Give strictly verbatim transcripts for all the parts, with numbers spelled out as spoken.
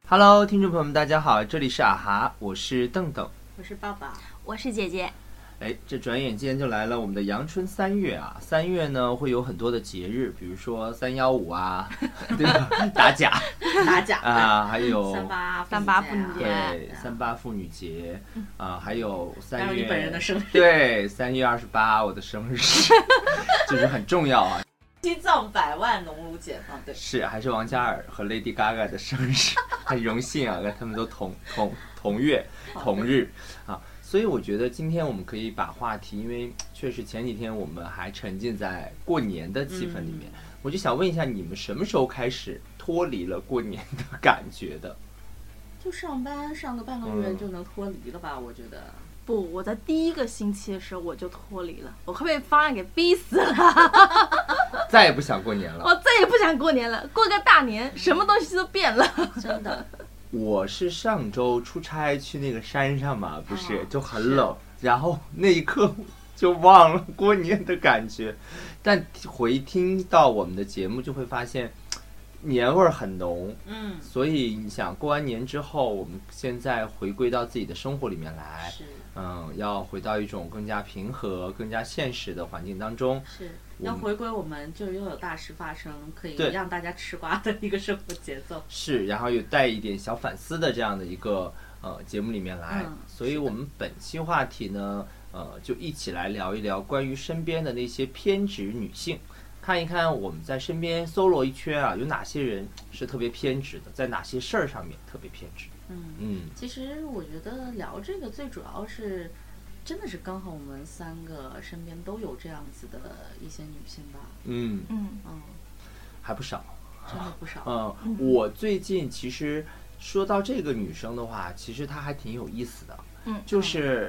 Hello， 听众朋友们，大家好，这里是啊哈，我是邓邓， 我是抱抱， 我是姐姐。 哎，这转眼间就来了我们的阳春三月啊！三月呢会有很多的节日，比如说三幺五啊，对吧？打假， 打假啊，还有三八三八妇女节， 对，三八妇女节啊，还有三月你本人的生日， 对，三月二十八我的生日，就是很重要啊。 西藏百万农奴节啊，对， 是还是王嘉尔和 Lady Gaga 的生日，很荣幸啊，跟他们都同同同月同日啊，所以我觉得今天我们可以把话题，因为确实前几天我们还沉浸在过年的气氛里面，嗯、我就想问一下，你们什么时候开始脱离了过年的感觉的？ 就上班上个半个月就能脱离了吧？嗯、我觉得。 不，我在第一个星期的时候我就脱离了，我快被方案给逼死了， 再也不想过年了。 我再也不想过年了，过个大年，什么东西都变了， 真的。 我是上周出差去那个山上嘛，不是、哦、就很冷，然后那一刻就忘了过年的感觉，但回听到我们的节目就会发现。年味儿很浓， 嗯， 所以你想过完年之后，我们现在回归到自己的生活里面来， 是， 嗯，要回到一种更加平和、更加现实的环境当中， 是要回归我们就又有大事发生，可以让大家吃瓜的一个生活节奏， 是，然后有带一点小反思的这样的一个呃节目里面来， 嗯、 所以我们本期话题呢，呃，就一起来聊一聊关于身边的那些偏执女性。看一看我们在身边搜罗一圈啊，有哪些人是特别偏执的，在哪些事儿上面特别偏执。 嗯嗯， 其实我觉得聊这个最主要是，真的是刚好我们三个身边都有这样子的一些女性吧。 嗯嗯嗯， 还不少， 真的不少。 嗯，嗯我最近其实说到这个女生的话，其实她还挺有意思的。 嗯， 就是、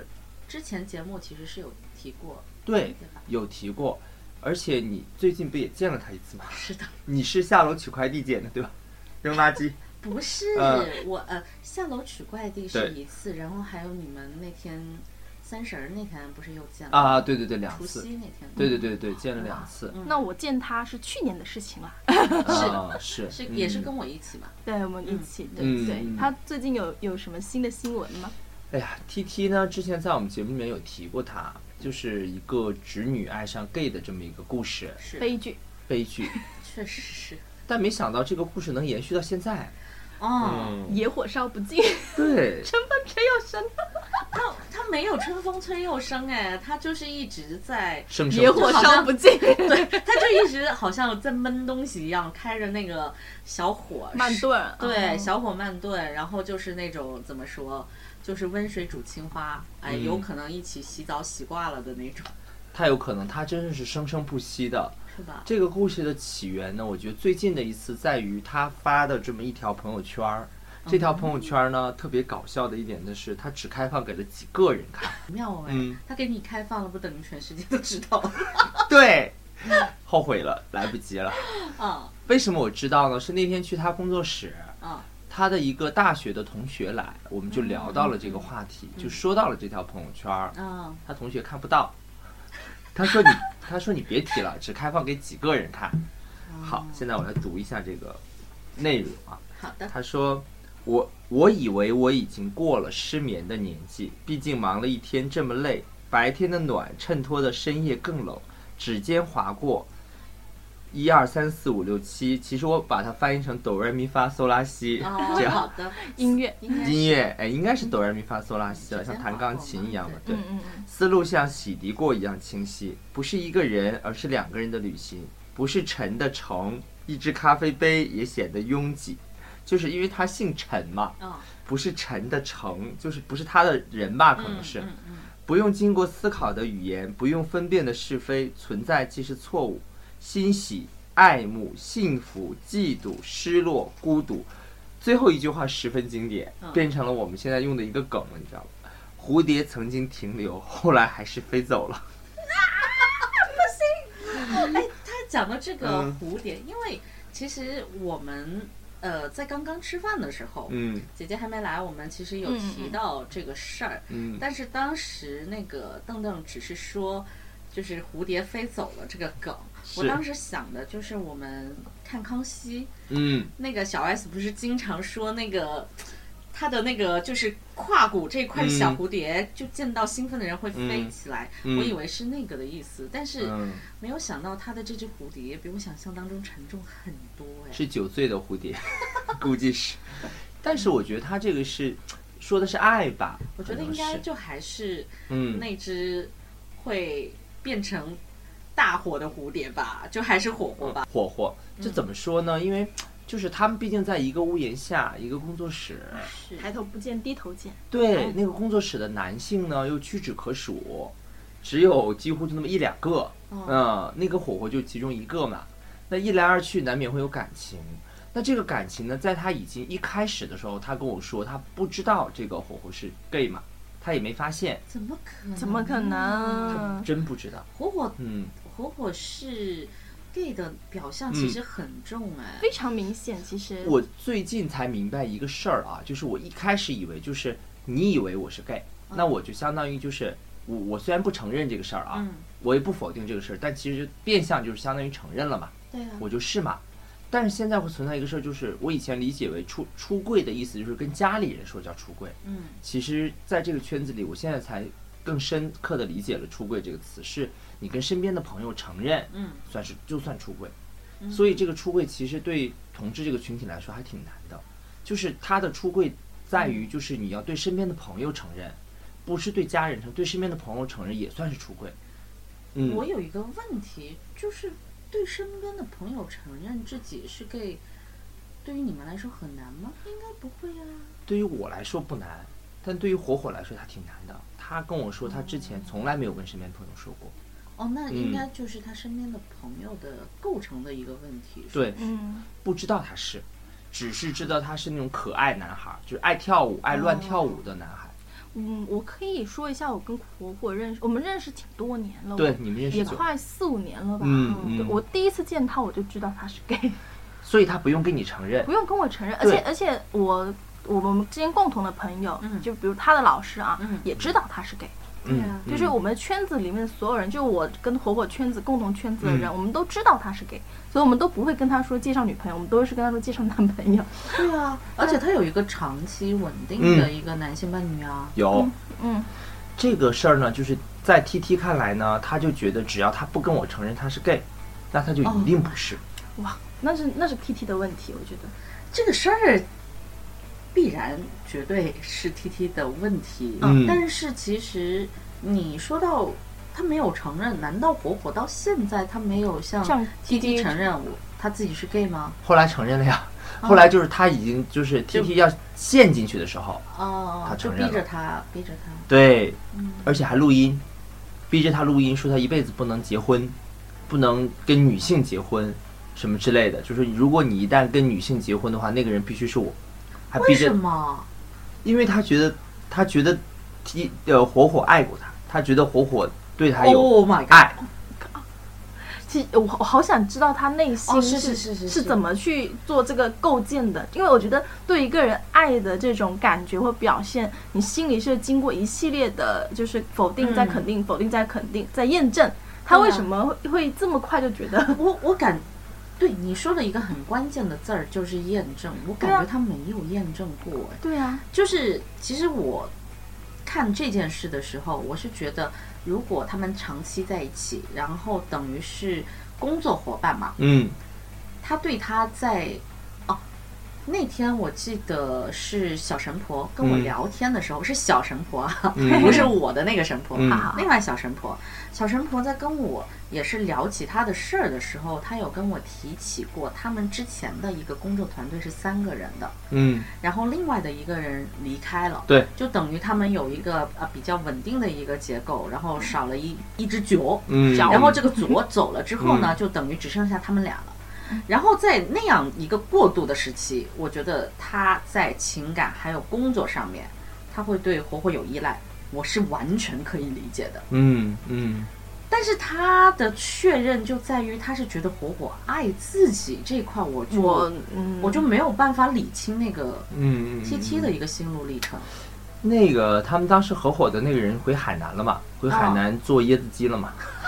嗯、之前节目其实是有提过， 对， 对吧？ 有提过。而且你最近不也见了他一次吗？ 是的， 你是下楼取快递见的对吧？扔垃圾？ 不是， 呃、 我呃下楼取快递是一次，然后还有你们那天三十那天不是又见了啊？对对对，两次。 除夕那天。 对对对对，见了两次。 嗯、那我见他是去年的事情了。 啊，是是也是跟我一起嘛？ 嗯、对，我们一起。对、 嗯、 对、嗯，他最近有有什么新的新闻吗？ 哎呀 ，T T 呢，之前在我们节目里面有提过他。就是一个直女爱上 gay 的这么一个故事， 是悲剧， 悲剧， 确实是。 但没想到这个故事能延续到现在， 哦， 嗯、 野火烧不尽， 对， 春风吹又生。 他他没有春风吹又生哎，他就是一直在野火烧不尽， 对，他就一直好像在焖东西一样，开着那个小火慢炖， 对， 哦、 小火慢炖，然后就是那种怎么说？就是温水煮青蛙，哎， 嗯、 有可能一起洗澡洗挂了的那种。 太有可能，他真的是生生不息的， 是吧？ 这个故事的起源呢，我觉得最近的一次在于他发的这么一条朋友圈儿。这条朋友圈呢，嗯、特别搞笑的一点的是，他只开放给了几个人看。 妙哎、 嗯， 他给你开放了，不等于全世界都知道了。 对，后悔了，来不及了。 啊、嗯， 为什么我知道呢？是那天去他工作室。 啊、嗯。 他的一个大学的同学来，我们就聊到了这个话题， 嗯、 就说到了这条朋友圈。 嗯， 他同学看不到，他说你，他说你别提了，只开放给几个人看。 嗯、 好，现在我来读一下这个内容啊。 好的。 他说我我以为我已经过了失眠的年纪，毕竟忙了一天这么累，白天的暖衬托的深夜更冷，指尖划过。一二三四五六七，其实我把它翻译成哆来咪发嗦拉西， 哦， 这样好的， 音乐音乐，哎，应该是哆来咪发嗦拉西了，像弹钢琴一样的，对， 嗯嗯， 思路像洗涤过一样清晰，不是一个人，而是两个人的旅行，不是陈的程，一只咖啡杯也显得拥挤，就是因为他姓陈嘛， 哦， 不是陈的程，就是不是他的人吧，可能是， 嗯嗯嗯， 不用经过思考的语言，不用分辨的是非，存在即是错误。欣喜、爱慕、幸福、嫉妒、失落、孤独，最后一句话十分经典，变成了我们现在用的一个梗了，你知道吗？蝴蝶曾经停留，后来还是飞走了。 不行！哎，他讲到这个蝴蝶，嗯、因为其实我们呃在刚刚吃饭的时候， 嗯， 姐姐还没来，我们其实有提到这个事儿， 嗯， 但是当时那个邓邓只是说。 就是蝴蝶飞走了这个梗，我当时想的就是我们看康熙， 嗯， 那个小 S 不是经常说那个他的那个就是胯骨这块小蝴蝶，嗯、就见到兴奋的人会飞起来，嗯、我以为是那个的意思，但是没有想到他的这只蝴蝶比我想象当中沉重很多哎， 是九岁的蝴蝶，估计是，但是我觉得他这个是说的是爱吧， 我觉得应该就还是嗯那只会变成大火的蝴蝶吧，就还是火火吧， 嗯、火火，这怎么说呢？嗯、因为。就是他们毕竟在一个屋檐下，一个工作室， 抬头不见低头见。 对，那个工作室的男性呢又屈指可数，只有几乎就那么一两个，哦、嗯，那个火火就其中一个嘛。那一来二去难免会有感情。那这个感情呢，在他已经一开始的时候，他跟我说他不知道这个火火是 gay 嘛，他也没发现。 怎么可能？ 怎么可能？ 他真不知道。 火火，嗯，火火是。gay 的表象其实很重哎、 嗯，非常明显。其实我最近才明白一个事儿啊，就是我一开始以为就是你以为我是 gay，、嗯、那我就相当于就是我我虽然不承认这个事儿啊、嗯，我也不否定这个事儿，但其实变相就是相当于承认了嘛。 对啊， 我就是嘛。但是现在会存在一个事儿，就是我以前理解为出出柜的意思就是跟家里人说叫出柜， 嗯，其实在这个圈子里，我现在才更深刻的理解了出柜这个词是。你跟身边的朋友承认， 嗯， 算是就算出柜、 嗯， 所以这个出柜其实对同志这个群体来说还挺难的，就是他的出柜在于就是你要对身边的朋友承认，不是对家人承认，对身边的朋友承认也算是出柜。 嗯，我有一个问题，就是对身边的朋友承认自己是 gay， 对于你们来说很难吗？应该不会啊。 对于我来说不难，但对于火火来说他挺难的。他跟我说他之前从来没有跟身边朋友说过。 哦，那应该就是他身边的朋友的构成的一个问题。 对， 嗯， 不知道他是，只是知道他是那种可爱男孩，就是爱跳舞、爱乱跳舞的男孩。 嗯，我可以说一下，我跟火火认识，我们认识挺多年了。 对，你们认识也快四五年了吧？ 嗯嗯。 对，我第一次见他，我就知道他是 gay。 所以他不用跟你承认。 不用跟我承认，而且而且我我们之间共同的朋友，嗯、就比如他的老师啊， 嗯、 也知道他是 gay。 对啊， 就是我们圈子里面所有人，就我跟火火圈子共同圈子的人、嗯，我们都知道他是 gay， 所以我们都不会跟他说介绍女朋友，我们都是跟他说介绍男朋友。 对啊，而且他有一个长期稳定的一个男性伴侣啊。 嗯、有， 嗯， 这个事儿呢，就是在 T T 看来呢，他就觉得只要他不跟我承认他是 gay， 那他就一定不是。 哦、哇，那是那是 T T 的问题，我觉得这个事儿。必然绝对是 T T 的问题， 嗯， 但是其实你说到他没有承认，难道火火到现在他没有向 T T 承认我他自己是 gay 吗？ 后来承认了呀，后来就是他已经就是 T T 要陷进去的时候， 哦， 他承认了， 就逼着他，逼着他， 对， 嗯， 而且还录音，逼着他录音说他一辈子不能结婚，不能跟女性结婚，什么之类的，就是如果你一旦跟女性结婚的话，那个人必须是我。 为什么？ 因为他觉得，他觉得，提呃火火爱过他，他觉得火火对他有爱。 Oh、其实我我好想知道他内心是、哦、是是是是怎么去做这个构建的，因为我觉得对一个人爱的这种感觉或表现，你心里是经过一系列的，就是否定再肯定，嗯、否定再肯定再验证，他为什么会、啊、会这么快就觉得？ 我我感。对你说的一个很关键的字儿就是验证，我感觉他没有验证过。 对啊， 就是其实我看这件事的时候，我是觉得如果他们长期在一起，然后等于是工作伙伴嘛， 嗯， 他对他在哦，那天我记得是小神婆跟我聊天的时候，嗯、是小神婆啊， 嗯、 不是我的那个神婆， 嗯、 另外小神婆，小神婆在跟我。也是聊起他的事儿的时候，他有跟我提起过，他们之前的一个工作团队是三个人的， 嗯， 然后另外的一个人离开了， 对， 就等于他们有一个呃比较稳定的一个结构，然后少了一一只脚， 嗯， 然后这个左走了之后呢，嗯、就等于只剩下他们俩了。然后在那样一个过渡的时期，我觉得他在情感还有工作上面，他会对火火有依赖，我是完全可以理解的， 嗯嗯。 但是他的确认就在于他是觉得火火爱自己这块，我就我、嗯、 我就没有办法理清那个嗯 T T 的一个心路历程。 那个他们当时合伙的那个人回海南了嘛？回海南做椰子鸡了嘛？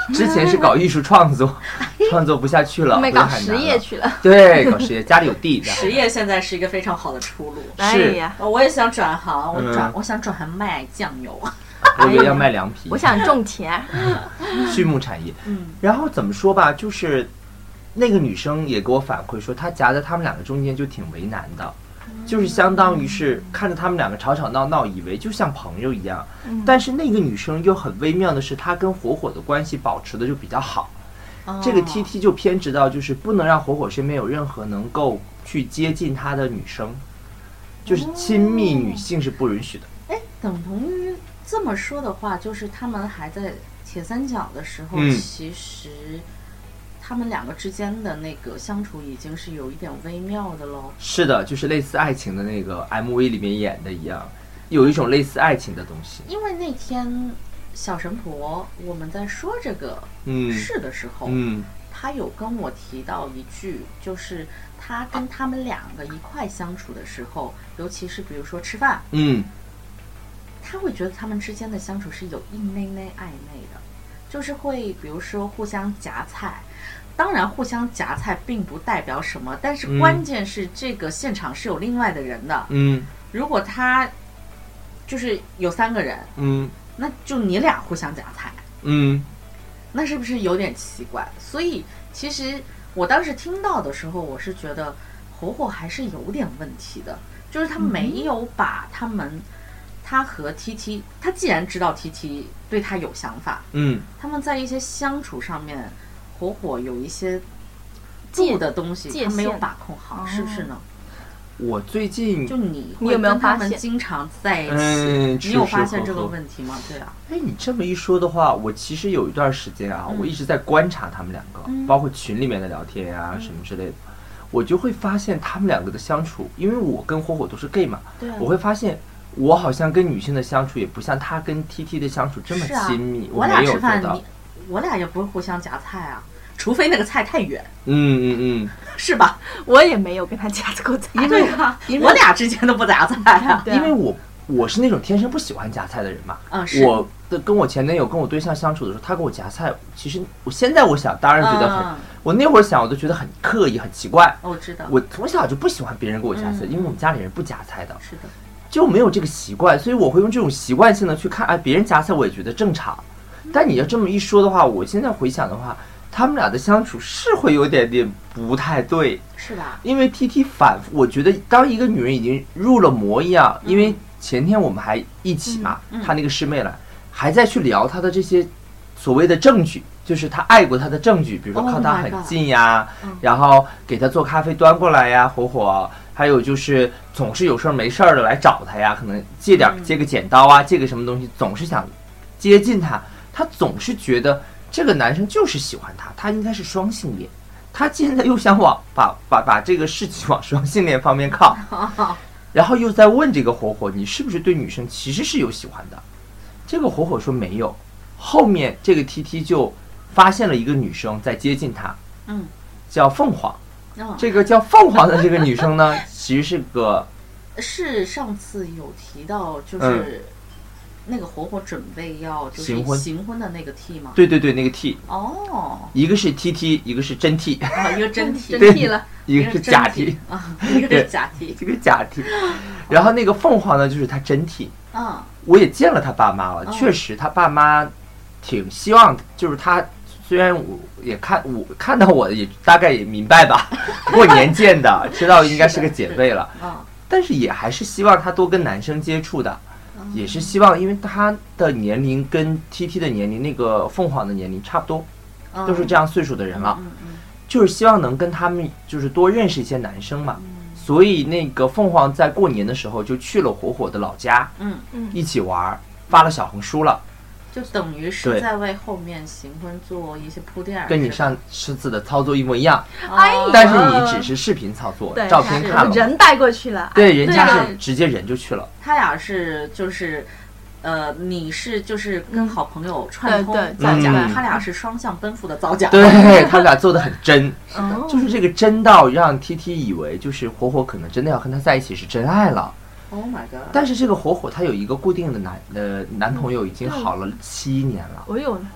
之前是搞艺术创作，创作不下去了， 没搞实业去了。 对，搞实业，家里有地的。 实业现在是一个非常好的出路。 哎呀， 我也想转行，我转，嗯、我想转行卖酱油。 我以为要卖凉皮。 我想种田， 畜牧产业。嗯，然后怎么说吧，就是那个女生也给我反馈说，她夹在他们两个中间就挺为难的。就是相当于是看着他们两个吵吵闹闹，以为就像朋友一样，嗯、但是那个女生又很微妙的是，她跟火火的关系保持的就比较好。哦、这个 T T 就偏执到就是不能让火火身边有任何能够去接近她的女生，就是亲密女性是不允许的。 哎、哦，等同于这么说的话，就是他们还在铁三角的时候， 嗯、 其实。他们两个之间的那个相处已经是有一点微妙的喽。 是的，就是类似爱情的那个 M V 里面演的一样，有一种类似爱情的东西。 因为那天小神婆我们在说这个事的时候， 嗯， 他有跟我提到一句，就是他跟他们两个一块相处的时候，尤其是比如说吃饭， 嗯， 他会觉得他们之间的相处是有一内内暧昧的，就是会比如说互相夹菜。当然互相夹菜并不代表什么，但是关键是这个现场是有另外的人的。 嗯， 如果他就是有三个人， 嗯， 那就你俩互相夹菜， 嗯， 那是不是有点奇怪？所以其实我当时听到的时候，我是觉得火火还是有点问题的，就是他没有把他们、嗯、他和 T T， 他既然知道 T T 对他有想法， 嗯， 他们在一些相处上面。火火有一些度的东西，他没有把控好，是不是呢？ 我最近就你， 你有没有发现他们经常在一起？ 嗯， 你有发现这个问题吗？对啊。 哎，你这么一说的话，我其实有一段时间啊，嗯、我一直在观察他们两个，嗯、包括群里面的聊天呀、啊嗯、什么之类的，我就会发现他们两个的相处，因为我跟火火都是 gay 嘛， 对、啊， 我会发现。我好像跟女性的相处也不像他跟 T T 的相处这么亲密， 啊、 我没有做到。 我俩也不会互相夹菜啊，除非那个菜太远。 嗯嗯嗯， 是吧？ 我也没有跟他夹过菜， 因为啊，我俩之间都不夹菜啊。 因为我我是那种天生不喜欢夹菜的人嘛。 嗯，是。 我的跟我前男友跟我对象相处的时候，他给我夹菜，其实我现在我想，当然觉得很，嗯、我那会儿想我都觉得很刻意、很奇怪。 我知道。 我从小就不喜欢别人给我夹菜，嗯、因为我们家里人不夹菜的。 是的。 就没有这个习惯，所以我会用这种习惯性的去看，哎，别人夹菜我也觉得正常。但你要这么一说的话，我现在回想的话，他们俩的相处是会有点点不太对， 是吧？ 因为 T T 反复，我觉得当一个女人已经入了魔一样，因为前天我们还一起嘛， 嗯嗯、 她那个师妹来，还在去聊她的这些所谓的证据，就是她爱过她的证据，比如说靠她很近呀， oh、 然后给她做咖啡端过来呀，火火。还有就是总是有事儿没事儿的来找他呀，可能借点借个剪刀啊，借个什么东西，总是想接近他。他总是觉得这个男生就是喜欢他，他应该是双性恋。他现在又想往把把把这个事情往双性恋方面靠，然后又在问这个火火，你是不是对女生其实是有喜欢的？这个火火说没有。后面这个 T T 就发现了一个女生在接近他， 嗯， 叫凤凰。这个叫凤凰的这个女生呢，其实是个， 是上次有提到，就是那个火火准备要就是行婚行婚的那个 T 吗？ 对对对，那个 T。 哦。 一个是 T T， 一个是真 T。 啊，一个真 T， 真 T 了， 一个是假 T 啊，一个是假 T， 这个假 T。然后那个凤凰呢，就是他真 T。 嗯。 我也见了他爸妈了， 嗯、 确实他爸妈挺希望，就是他。虽然我也看我看到我也大概也明白吧，过年见的，知道应该是个姐妹了， 嗯、 但是也还是希望她多跟男生接触的，嗯、也是希望，因为她的年龄跟 T T 的年龄，那个凤凰的年龄差不多， 嗯、 都是这样岁数的人了， 嗯嗯、 就是希望能跟他们就是多认识一些男生嘛， 嗯、 所以那个凤凰在过年的时候就去了火火的老家， 嗯嗯， 一起玩，发了小红书了。 就等于是在为后面行婚做一些铺垫， 跟你上次的操作一模一样， 哎， 但是你只是视频操作，照片看了， 人带过去了， 对，人家是直接人就去了。 他俩是就是，呃，你是就是跟好朋友串通对造假， 嗯、 他俩是双向奔赴的造假， 对他俩做的很真，就是这个真到让 T T 以为就是火火可能真的要跟他在一起是真爱了。 Oh my god！ 但是这个火火他有一个固定的男呃男朋友，已经好了七年了。 我有，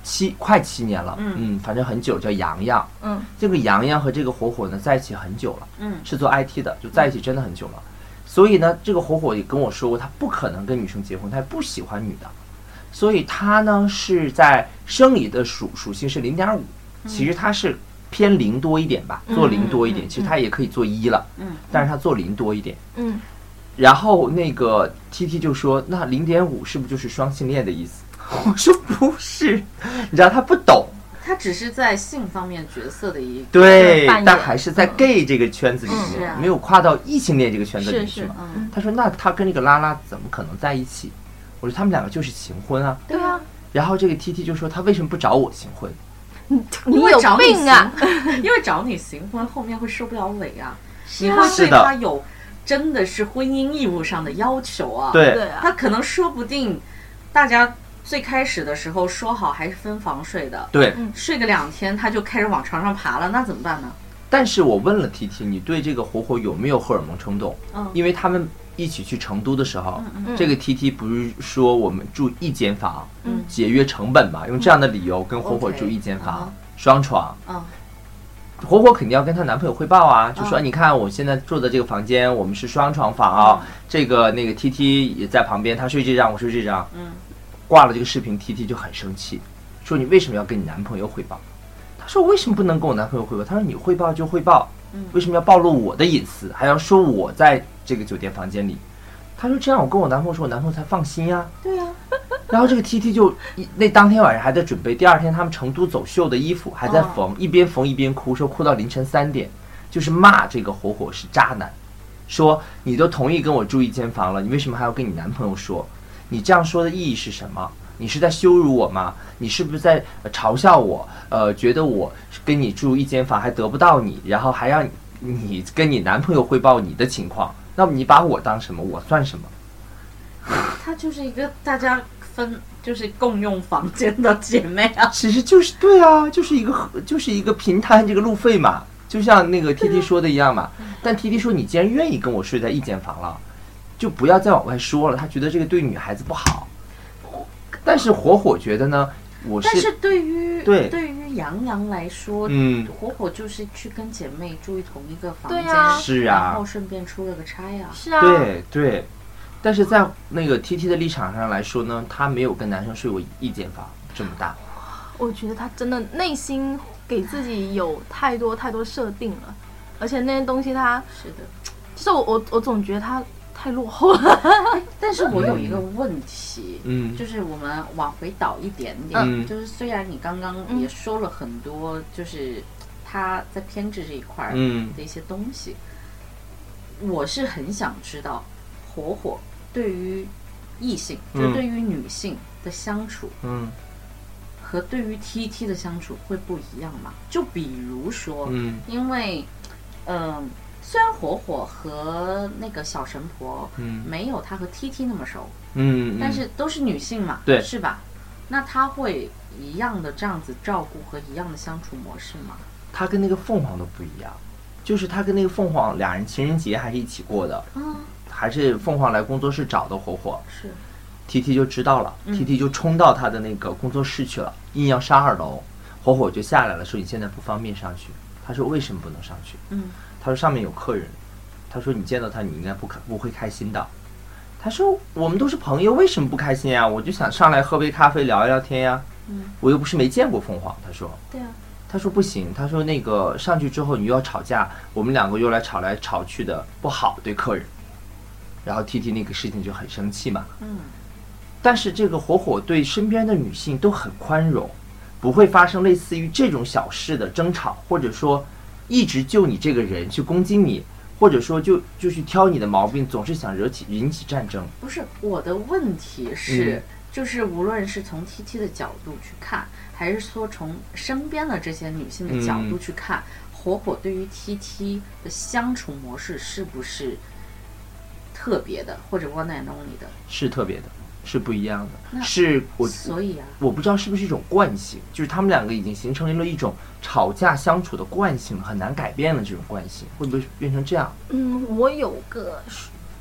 七快七年了，嗯, 嗯反正很久，叫洋洋。嗯，这个洋洋和这个火火呢在一起很久了，嗯，是做 I T 的，就在一起真的很久了。嗯、所以呢，这个火火也跟我说过，他不可能跟女生结婚，他也不喜欢女的。所以他呢是在生理的属属性是零点五，其实他是偏零多一点吧，做零多一点，嗯、其实他也可以做一了，嗯，但是他做零多一点，嗯。然后那个 T T 就说：“那零点五是不是就是双性恋的意思？”我说：“不是，你知道他不懂， 他只是在性方面角色的一个对，但还是在 gay 这个圈子里面，嗯、没有跨到异性恋这个圈子里去嘛。嗯、他说：“那他跟这个拉拉怎么可能在一起？”我说：“他们两个就是行婚啊。” 对啊。 然后这个 T T 就说：“他为什么不找我行婚？” 你你有病啊！ 因为找你行婚，后面会受不了尾啊！你会对他有。真的是婚姻义务上的要求啊！ 对， 他可能说不定，大家最开始的时候说好还是分房睡的， 对， 睡个两天他就开始往床上爬了，那怎么办呢？ 但是我问了 T T， 你对这个火火有没有荷尔蒙冲动？嗯，因为他们一起去成都的时候，嗯嗯、这个 T T 不是说我们住一间房，嗯，节约成本嘛，用这样的理由跟火火住一间房， okay, 双床，嗯。火火肯定要跟她男朋友汇报啊，就说、嗯、你看我现在住的这个房间，我们是双床房啊、哦嗯，这个那个 T T 也在旁边，他睡这张，我睡这张。嗯，挂了这个视频 ，T T 就很生气，说你为什么要跟你男朋友汇报？他说我为什么不能跟我男朋友汇报？他说你汇报就汇报，为什么要暴露我的隐私，还要说我在这个酒店房间里？他说这样我跟我男朋友说，我男朋友才放心呀、啊。 对呀、啊。 然后这个 T T 就那当天晚上还在准备第二天他们成都走秀的衣服，还在缝，哦、一边缝一边哭，说哭到凌晨三点，就是骂这个火火是渣男，说你都同意跟我住一间房了，你为什么还要跟你男朋友说？你这样说的意义是什么？你是在羞辱我吗？你是不是在、呃、嘲笑我？呃，觉得我跟你住一间房还得不到你，然后还让 你, 你跟你男朋友汇报你的情况，那么你把我当什么？我算什么？ 他就是一个大家分就是共用房间的姐妹啊， 其实就是对啊，就是一个就是一个平摊这个路费嘛，就像那个 T T 说的一样嘛。但 T T 说你既然愿意跟我睡在一间房了，就不要再往外说了，他觉得这个对女孩子不好。但是火火觉得呢，我是但是对于对对于杨洋来说，嗯，火火就是去跟姐妹住同一个房间， 啊、 是啊， 然后顺便出了个差呀、啊， 是啊， 对对。但是在那个 T T 的立场上来说呢，他没有跟男生睡过一间房这么大。 我觉得他真的内心给自己有太多太多设定了，而且那些东西他是的， 就是我我我总觉得他太落后了。 但是我有一个问题，嗯，就是我们往回倒一点点，嗯，就是虽然你刚刚也说了很多，就是他在偏执这一块的一些东西，嗯、我是很想知道火火对于异性，嗯、就对于女性的相处，嗯，和对于 T T 的相处会不一样吗？就比如说，嗯，因为，嗯、呃，虽然火火和那个小神婆，嗯，没有他和 T T 那么熟，嗯，但是都是女性嘛， 对， 是吧？那他会一样的这样子照顾和一样的相处模式吗？ 他跟那个凤凰都不一样，就是他跟那个凤凰俩人情人节还是一起过的，嗯。还是凤凰来工作室找的火火， 是 T T 就知道了、嗯、T T 就冲到他的那个工作室去了，硬要上二楼，火火就下来了，说你现在不方便上去。他说为什么不能上去？嗯，他说上面有客人，他说你见到他你应该不不会开心的。他说我们都是朋友，为什么不开心呀？我就想上来喝杯咖啡聊一聊天呀。嗯，我又不是没见过凤凰。他说， 对啊。 他说不行，他说那个上去之后你又要吵架，我们两个又来吵来吵去的，不好对客人。然后 T T 那个事情就很生气嘛，嗯，但是这个火火对身边的女性都很宽容，不会发生类似于这种小事的争吵，或者说一直就你这个人去攻击你，或者说就就去挑你的毛病，总是想惹起引起战争。 不是，我的问题是、嗯、就是无论是从 T T 的角度去看，还是说从身边的这些女性的角度去看、嗯、火火对于 T T 的相处模式是不是特别的，或者 one and only 的？ 是特别的，是不一样的。是我所以啊， 我不知道是不是一种惯性，就是他们两个已经形成了一种吵架相处的惯性，很难改变了这种惯性，会不会变成这样？ 嗯，我有个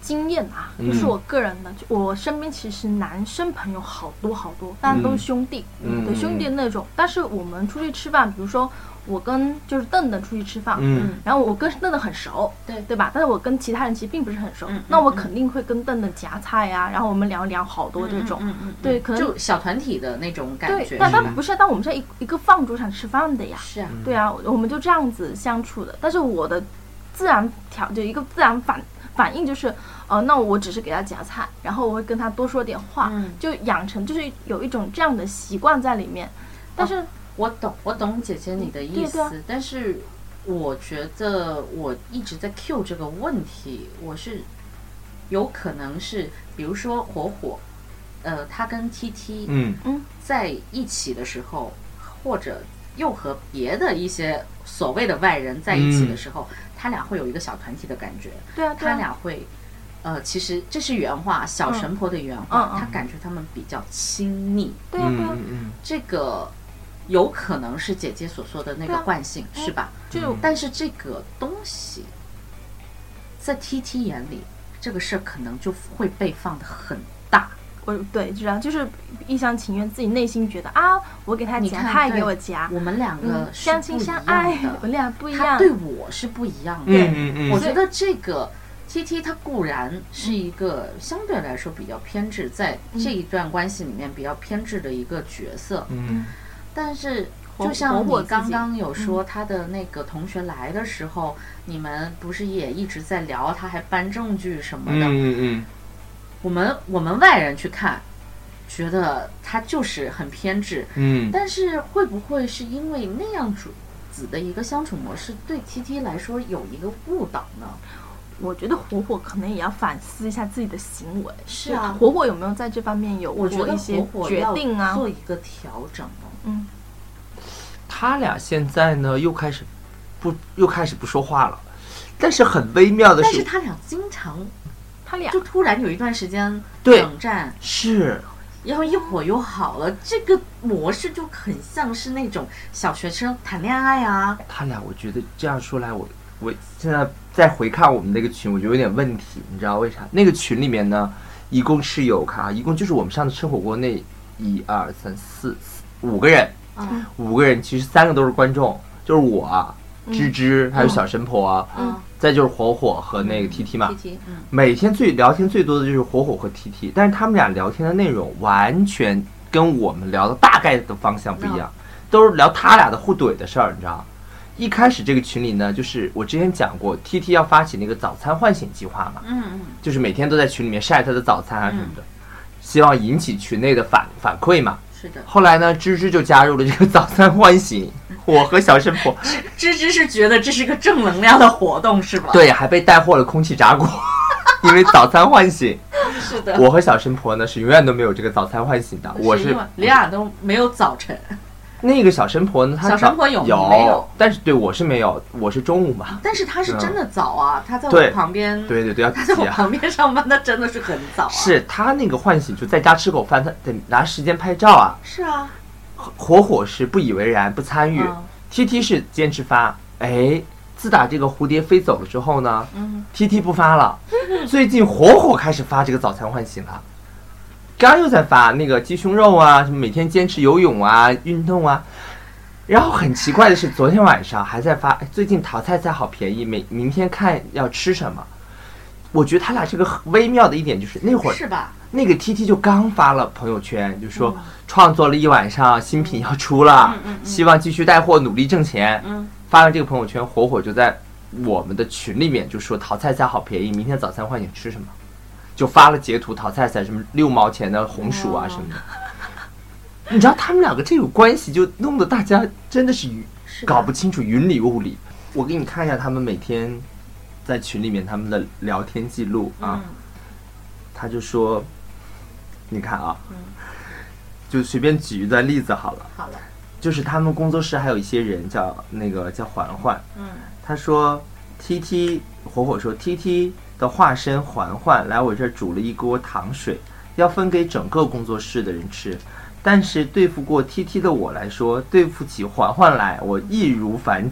经验啊，就是我个人的，嗯、我身边其实男生朋友好多好多，但都是兄弟，嗯、对兄弟的那种。但是我们出去吃饭，比如说我跟就是邓邓出去吃饭，嗯，然后我跟邓邓很熟，对对吧？但是我跟其他人其实并不是很熟，嗯、那我肯定会跟邓邓夹菜呀、啊，然后我们聊聊好多这种，嗯嗯嗯、 对， 可能就小团体的那种感觉。 对，但但不是，但我们是一一个饭桌上吃饭的呀， 是啊， 对啊，我们就这样子相处的。但是我的自然条就一个自然反。反应就是，呃，那我只是给他夹菜，然后我会跟他多说点话，嗯、就养成就是有一种这样的习惯在里面。但是、 哦、我懂，我懂姐姐你的意思，啊、但是我觉得我一直在 Q 这个问题，我是有可能是，比如说火火，呃，他跟 T T 嗯嗯在一起的时候，或者又和别的一些所谓的外人在一起的时候。嗯他俩会有一个小团体的感觉， 对啊， 对啊他俩会，呃，其实这是原话，小神婆的原话，嗯、他感觉他们比较亲密， 对啊，对啊， 这个有可能是姐姐所说的那个惯性，啊、是吧？ 就但是这个东西，在 T T 眼里，这个事儿可能就会被放得很大。 我对，这样就是一厢情愿，自己内心觉得啊，我给他夹，他也给我夹， 我们两个是相亲相爱，我俩不一样， 他对我是不一样的。 对，嗯嗯、 我觉得这个 T T 他固然是一个相对来说比较偏执，在这一段关系里面比较偏执的一个角色， 嗯， 但是就像你刚刚有说他的那个同学来的时候，嗯、你们不是也一直在聊，他还搬证据什么的， 嗯嗯嗯。 我们我们外人去看，觉得他就是很偏执， 嗯， 但是会不会是因为那样子的一个相处模式对 T T 来说有一个误导呢？ 我觉得火火可能也要反思一下自己的行为。 是啊， 火火有没有在这方面有过一些决定啊？ 做一个调整哦。 嗯， 他俩现在呢又开始不又开始不说话了，但是很微妙的是， 但是他俩经常。 他俩就突然有一段时间冷战， 是， 然后一会儿又好了，这个模式就很像是那种小学生谈恋爱啊。 他俩，我觉得这样说来，我我现在再回看我们那个群，我觉得有点问题，你知道为啥？那个群里面呢，一共是有看啊，一共就是我们上次吃火锅那一二三四五个人， 嗯， 五个人，其实三个都是观众，就是我啊，芝芝、嗯、还有小神婆啊， 嗯。 再就是火火和那个 T T 嘛， T T， 嗯， 每天最聊天最多的就是火火和 T T， 但是他们俩聊天的内容完全跟我们聊的大概的方向不一样， no. 都是聊他俩的互怼的事儿，你知道？一开始这个群里呢，就是我之前讲过 ，T T 要发起那个早餐唤醒计划嘛， 嗯嗯， 就是每天都在群里面晒他的早餐啊什么的，嗯、希望引起群内的反反馈嘛。 是的。 后来呢，芝芝就加入了这个早餐唤醒。我和小神婆， 芝芝是觉得这是个正能量的活动，是吧？ 对，还被带货了空气炸锅，因为早餐唤醒。 是的。 我和小神婆呢是永远都没有这个早餐唤醒的，我是俩都没有早晨。 那个小神婆呢，她小神婆有有没有？ 但是对我是没有，我是中午嘛。 但是她是真的早啊，嗯、她在我旁边， 对对对，要她在我旁边上班，她真的是很早、啊。 是她那个唤醒就在家吃口饭，她得拿时间拍照啊。 是啊。 火火是不以为然，不参与。嗯T T 是坚持发，哎，自打这个蝴蝶飞走了之后呢， 嗯 ，T T 不发了，最近火火开始发这个早餐唤醒了，刚又在发那个鸡胸肉啊，什么每天坚持游泳啊、运动啊，然后很奇怪的是，昨天晚上还在发，哎，最近淘菜菜好便宜，每明天看要吃什么。我觉得他俩这个微妙的一点就是那会儿是吧？ 那个 T T 就刚发了朋友圈，就说创作了一晚上，新品要出了， 嗯嗯嗯、 希望继续带货，努力挣钱。 嗯， 发了这个朋友圈，火火就在我们的群里面就说淘菜菜好便宜，明天早餐唤醒吃什么，就发了截图淘菜菜什么六毛钱的红薯啊什么的。哦、你知道他们两个这种关系就弄得大家真的是搞不清楚云里雾里。我给你看一下他们每天在群里面他们的聊天记录啊， 嗯、 他就说。你看啊， 嗯， 就随便举一段例子好了。 好了， 就是他们工作室还有一些人叫那个叫环环， 嗯， 他说 T T 火火说 T T 的化身环环来我这儿煮了一锅糖水，要分给整个工作室的人吃，但是对付过 T T 的我来说，对付起环环来我易如反掌。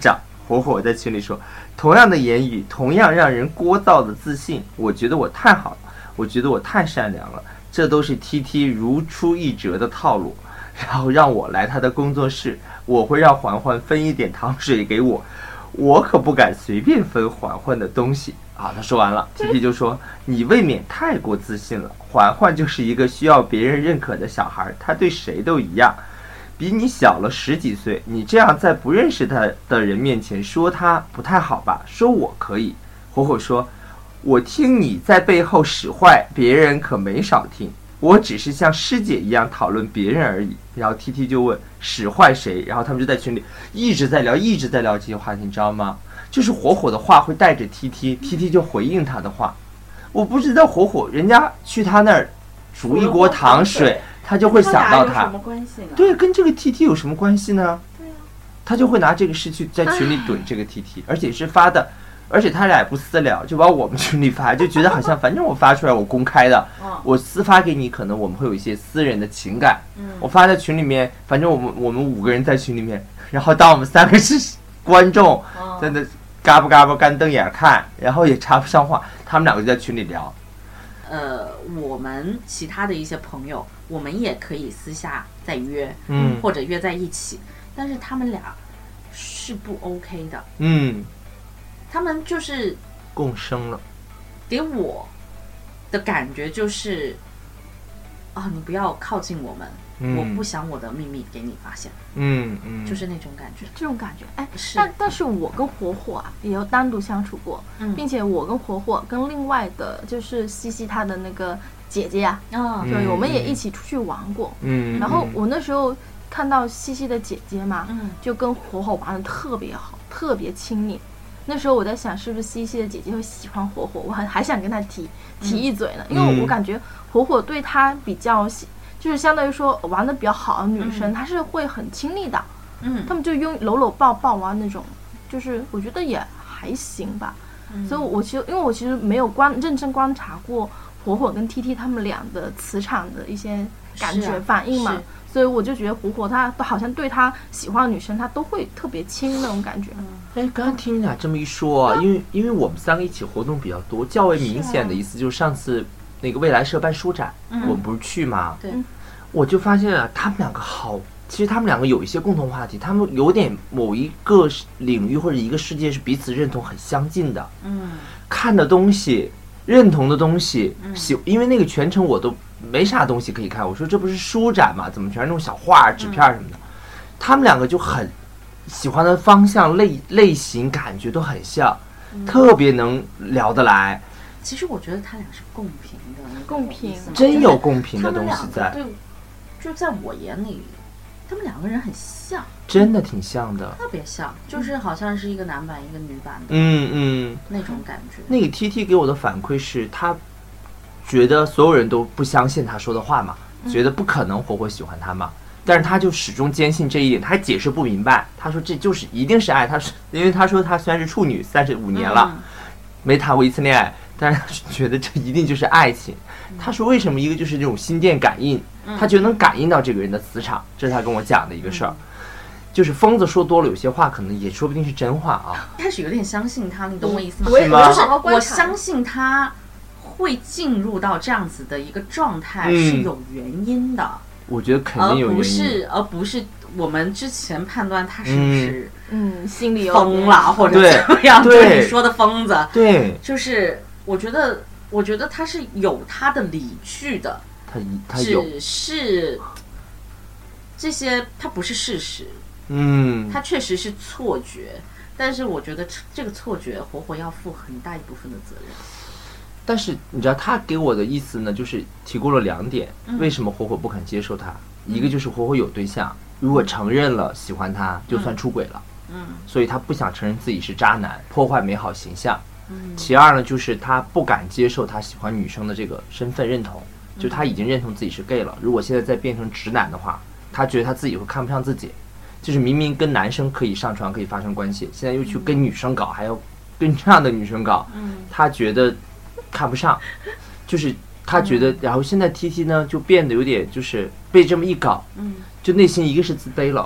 火火在群里说，同样的言语，同样让人聒噪的自信，我觉得我太好了，我觉得我太善良了，这都是 T T 如出一辙的套路。然后让我来他的工作室，我会让环环分一点糖水给我，我可不敢随便分环环的东西啊。他说完了 ，T T 就说，你未免太过自信了，环环就是一个需要别人认可的小孩，他对谁都一样，比你小了十几岁，你这样在不认识他的人面前说他不太好吧？说我可以。火火说，我听你在背后使坏别人可没少听，我只是像师姐一样讨论别人而已。然后 T T 就问使坏谁，然后他们就在群里一直在聊一直在聊这些话题，你知道吗？就是火火的话会带着 T T，T T 就回应他的话。我不知道火火人家去他那儿煮一锅糖水，他就会想到他， 他有什么关系呢？ 对，跟这个 T T 有什么关系呢？ 对啊， 他就会拿这个事去在群里怼这个 T T， 而且是发的，而且他俩也不私聊，就往我们群里发，就觉得好像反正我发出来我公开的，我私发给你，可能我们会有一些私人的情感，我发在群里面，反正我们我们五个人在群里面，然后当我们三个是观众，在那嘎巴嘎巴干瞪眼看，然后也插不上话，他们两个就在群里聊。 呃，我们其他的一些朋友，我们也可以私下再约， 嗯， 或者约在一起，但是他们俩是不 OK 的， 嗯， 他们就是共生了， 给我的感觉就是啊，你不要靠近我们，嗯、我不想我的秘密给你发现， 嗯嗯， 就是那种感觉， 这种感觉，哎， 是， 但但是我跟火火啊也有单独相处过，嗯、并且我跟火火跟另外的就是西西她的那个姐姐啊，啊、对，我们也一起出去玩过，嗯，然后我那时候看到西西的姐姐嘛，嗯，就跟火火玩的特别好，特别亲密。那时候我在想，是不是西西的姐姐会喜欢火火？我还还想跟她提提一嘴呢，嗯、因为我感觉火火对她比较喜，就是相当于说玩的比较好的女生，嗯、她是会很亲密的，嗯，他们就拥搂搂抱抱啊那种，就是我觉得也还行吧。嗯、所以我其实因为我其实没有观认真观察过火火跟 T T 他们俩的磁场的一些感觉反应嘛。所以我就觉得火火他好像对他喜欢的女生他都会特别亲那种感觉。 哎、嗯，刚刚听你俩这么一说啊，因为因为我们三个一起活动比较多，较为明显的意思就是上次那个未来社办书展，嗯、我们不是去吗？ 对， 我就发现啊，他们两个好，其实他们两个有一些共同话题，他们有点某一个领域或者一个世界是彼此认同很相近的。嗯，看的东西、认同的东西，喜、嗯，因为那个全程我都没啥东西可以看，我说这不是书展嘛，怎么全是那种小画、纸片什么的？嗯、他们两个就很喜欢的方向、类类型、感觉都很像，嗯、特别能聊得来。 其实我觉得他俩是共频的， 共频， 真有共频的东西在。 对，就在我眼里，他们两个人很像， 真的挺像的， 特别像，就是好像是一个男版一个女版的， 嗯嗯， 那种感觉。 那个 T T 给我的反馈是他觉得所有人都不相信他说的话嘛，嗯、觉得不可能火火喜欢他嘛，但是他就始终坚信这一点，他还解释不明白。他说这就是一定是爱，他是因为他说他虽然是处女三十五年了，嗯、没谈过一次恋爱，但是他觉得这一定就是爱情。嗯、他说为什么一个就是这种心电感应，嗯、他觉得能感应到这个人的磁场，这是他跟我讲的一个事儿。嗯、就是疯子说多了，有些话可能也说不定是真话啊。 开始有点相信他，你懂我意思吗？ 是吗？就是我相信他会进入到这样子的一个状态是有原因的。嗯、 我觉得肯定有原因， 而不是而不是我们之前判断他是不是嗯心里有疯了或者怎么样，对你说的疯子， 对， 就是我觉得我觉得他是有他的理据的， 他他有， 只是这些他不是事实， 嗯， 他确实是错觉，但是我觉得这个错觉火火要负很大一部分的责任。 但是你知道他给我的意思呢，就是提过了两点，嗯、为什么火火不肯接受他？嗯、一个就是火火有对象，如果承认了喜欢他，就算出轨了，嗯，所以他不想承认自己是渣男，破坏美好形象。嗯、其二呢，就是他不敢接受他喜欢女生的这个身份认同，就他已经认同自己是 gay 了，如果现在再变成直男的话，他觉得他自己会看不上自己，就是明明跟男生可以上床可以发生关系，现在又去跟女生搞，还要跟这样的女生搞，嗯、他觉得看不上，就是他觉得，然后现在 T T 呢就变得有点就是被这么一搞，嗯，就内心一个是自卑了，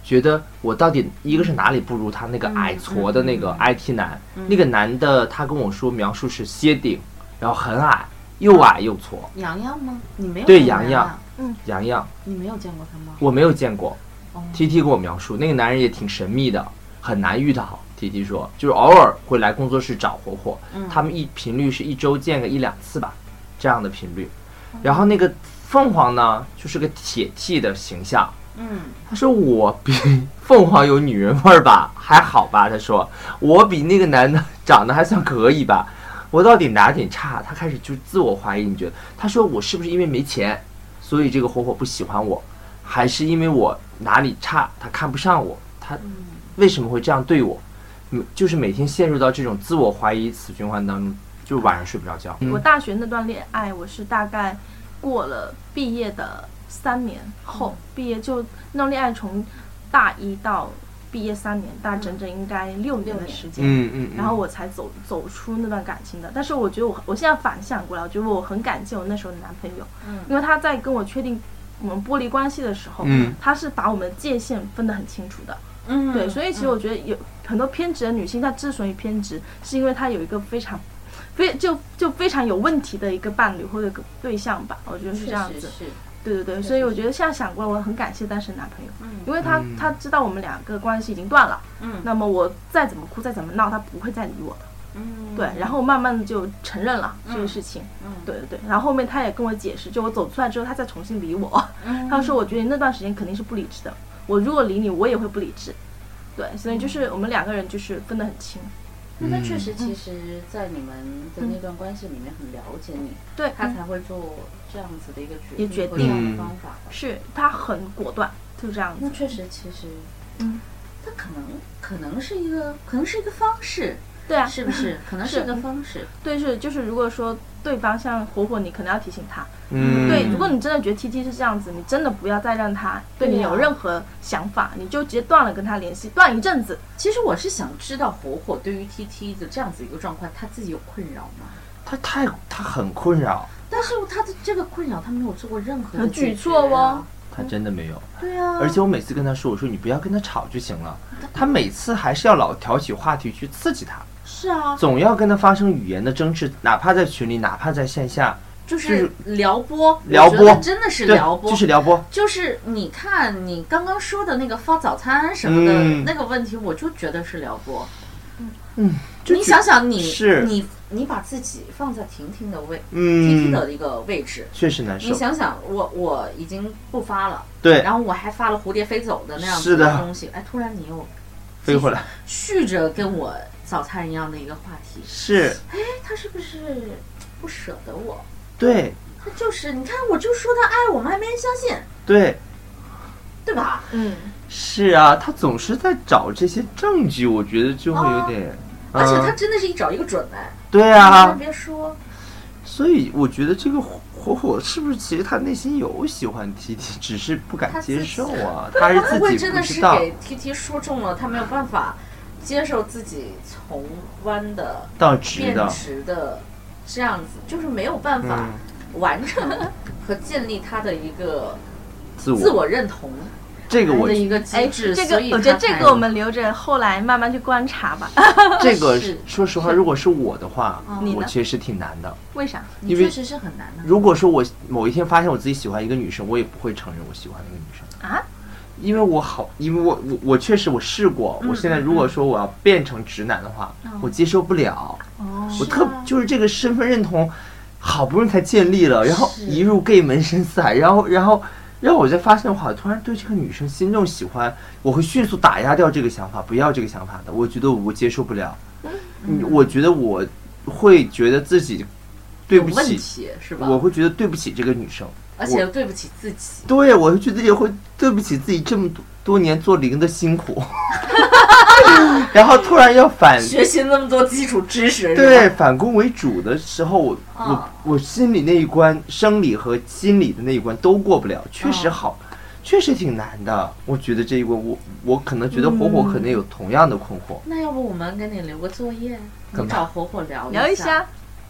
觉得我到底一个是哪里不如他那个矮矬的那个 I T 男，嗯嗯、那个男的他跟我说描述是蝎顶，然后很矮，又矮又矬。 洋洋吗？你没有？ 对，洋洋，嗯，洋洋。 你没有见过他吗？ 我没有见过。哦、T T 给我描述，那个男人也挺神秘的，很难遇到。T T 说，就是偶尔会来工作室找火火，嗯、他们一频率是一周见个一两次吧，这样的频率。嗯、然后那个凤凰呢，就是个铁 T 的形象。嗯，他说我比凤凰有女人味儿吧，还好吧？他说我比那个男的长得还算可以吧，我到底哪点差？他开始就自我怀疑。你觉得？他说我是不是因为没钱，所以这个火火不喜欢我，还是因为我哪里差，他看不上我？他为什么会这样对我？就是每天陷入到这种自我怀疑死循环当中，就晚上睡不着觉。 我大学那段恋爱，我是大概过了毕业的三年后，毕业就那段恋爱从大一到毕业三年，大概整整应该六年的时间， 嗯嗯， 然后我才走走出那段感情的。但是我觉得我我现在反想过来，我觉得我很感谢我那时候的男朋友，嗯，因为他在跟我确定我们剥离关系的时候，嗯，他是把我们的界限分得很清楚的，嗯，对，所以其实我觉得有很多偏执的女性，她之所以偏执，是因为她有一个非常非就就非常有问题的一个伴侣或者对象吧，我觉得是这样子。 是是对对对，所以我觉得现在想过来，我很感谢当时男朋友，嗯，因为他、嗯、他知道我们两个关系已经断了，嗯，那么我再怎么哭再怎么闹，他不会再理我的，嗯，对，然后慢慢的就承认了、嗯、这个事情，嗯，对对对，然后后面他也跟我解释，就我走出来之后，他再重新理我，嗯，他说我觉得那段时间肯定是不理智的，我如果理你，我也会不理智，对，所以就是我们两个人就是分得很清。 那他确实，其实，在你们的那段关系里面很了解你， 对、嗯， 他才会做这样子的一个决定， 决定这样的方法。 是他很果断，就这样子。 那确实，其实，嗯，他可能可能是一个，可能是一个方式， 对啊， 是不是？可能是一个方式。 对，是就是，如果说对方像火火，你可能要提醒他，嗯，对，如果你真的觉得 T T 是这样子，你真的不要再让他对你有任何想法，你就直接断了跟他联系，断一阵子。 其实我是想知道火火对于 T T 的这样子一个状况，他自己有困扰吗？ 他太他很困扰， 但是他的这个困扰他没有做过任何的举措哦， 他真的没有。 对啊， 而且我每次跟他说，我说你不要跟他吵就行了，他每次还是要老挑起话题去刺激他。 是啊， 总要跟他发生语言的争执，哪怕在群里，哪怕在线下， 就是撩拨， 撩拨， 真的是撩拨， 就是撩拨。 就是你看你刚刚说的那个发早餐什么的、嗯、那个问题，我就觉得是撩拨。 嗯， 你想想你， 是你你把自己放在婷婷的位，嗯，婷婷的一个位置， 确实难受。 你想想，我我已经不发了， 对， 然后我还发了蝴蝶飞走的那样子的东西，哎，突然你又飞回来， 续着跟我早餐一样的一个话题， 是， 哎，他是不是不舍得我？ 对， 他就是你看，我就说他爱我们，还没人相信， 对， 对吧？ 嗯， 是啊，他总是在找这些证据，我觉得就会有点， 哦、而且他真的是一找一个准哎， 对啊， 别说， 所以我觉得这个火火是不是其实他内心有喜欢 T T， 只是不敢接受啊，他是自己不知道。会不会真的是给 T T 说中了，他没有办法接受自己从弯的到直的变直的这样子，就是没有办法完成和建立他的一个自我认同。 这个我的一个机制， 这个我觉得这个我们留着后来慢慢去观察吧。 这个说实话，如果是我的话，我其实是挺难的。 为啥？ 你确实是很难的。 如果说我某一天发现我自己喜欢一个女生，我也不会承认我喜欢那个女生啊， 因为我好，因为我我我确实我试过，嗯、我现在如果说我要变成直男的话，嗯、我接受不了。哦，我特就是这个身份认同好不容易才建立了，然后一入 gay 门深似海，然后然后。然后我才发现，我好像突然对这个女生心中喜欢，我会迅速打压掉这个想法，不要这个想法的。我觉得我接受不了，嗯，我觉得我会觉得自己对不起， 是吧？ 我会觉得对不起这个女生， 而且对不起自己。 对，我会觉得也会对不起自己这么多多年做零的辛苦。然后突然要反学习那么多基础知识， 对，反攻为主的时候，我、哦、我我心里那一关，生理和心理的那一关都过不了，确实好，哦、确实挺难的。我觉得这一关，我我可能觉得火火可能有同样的困惑。 嗯、那要不我们给你留个作业，你找火火聊一聊一下。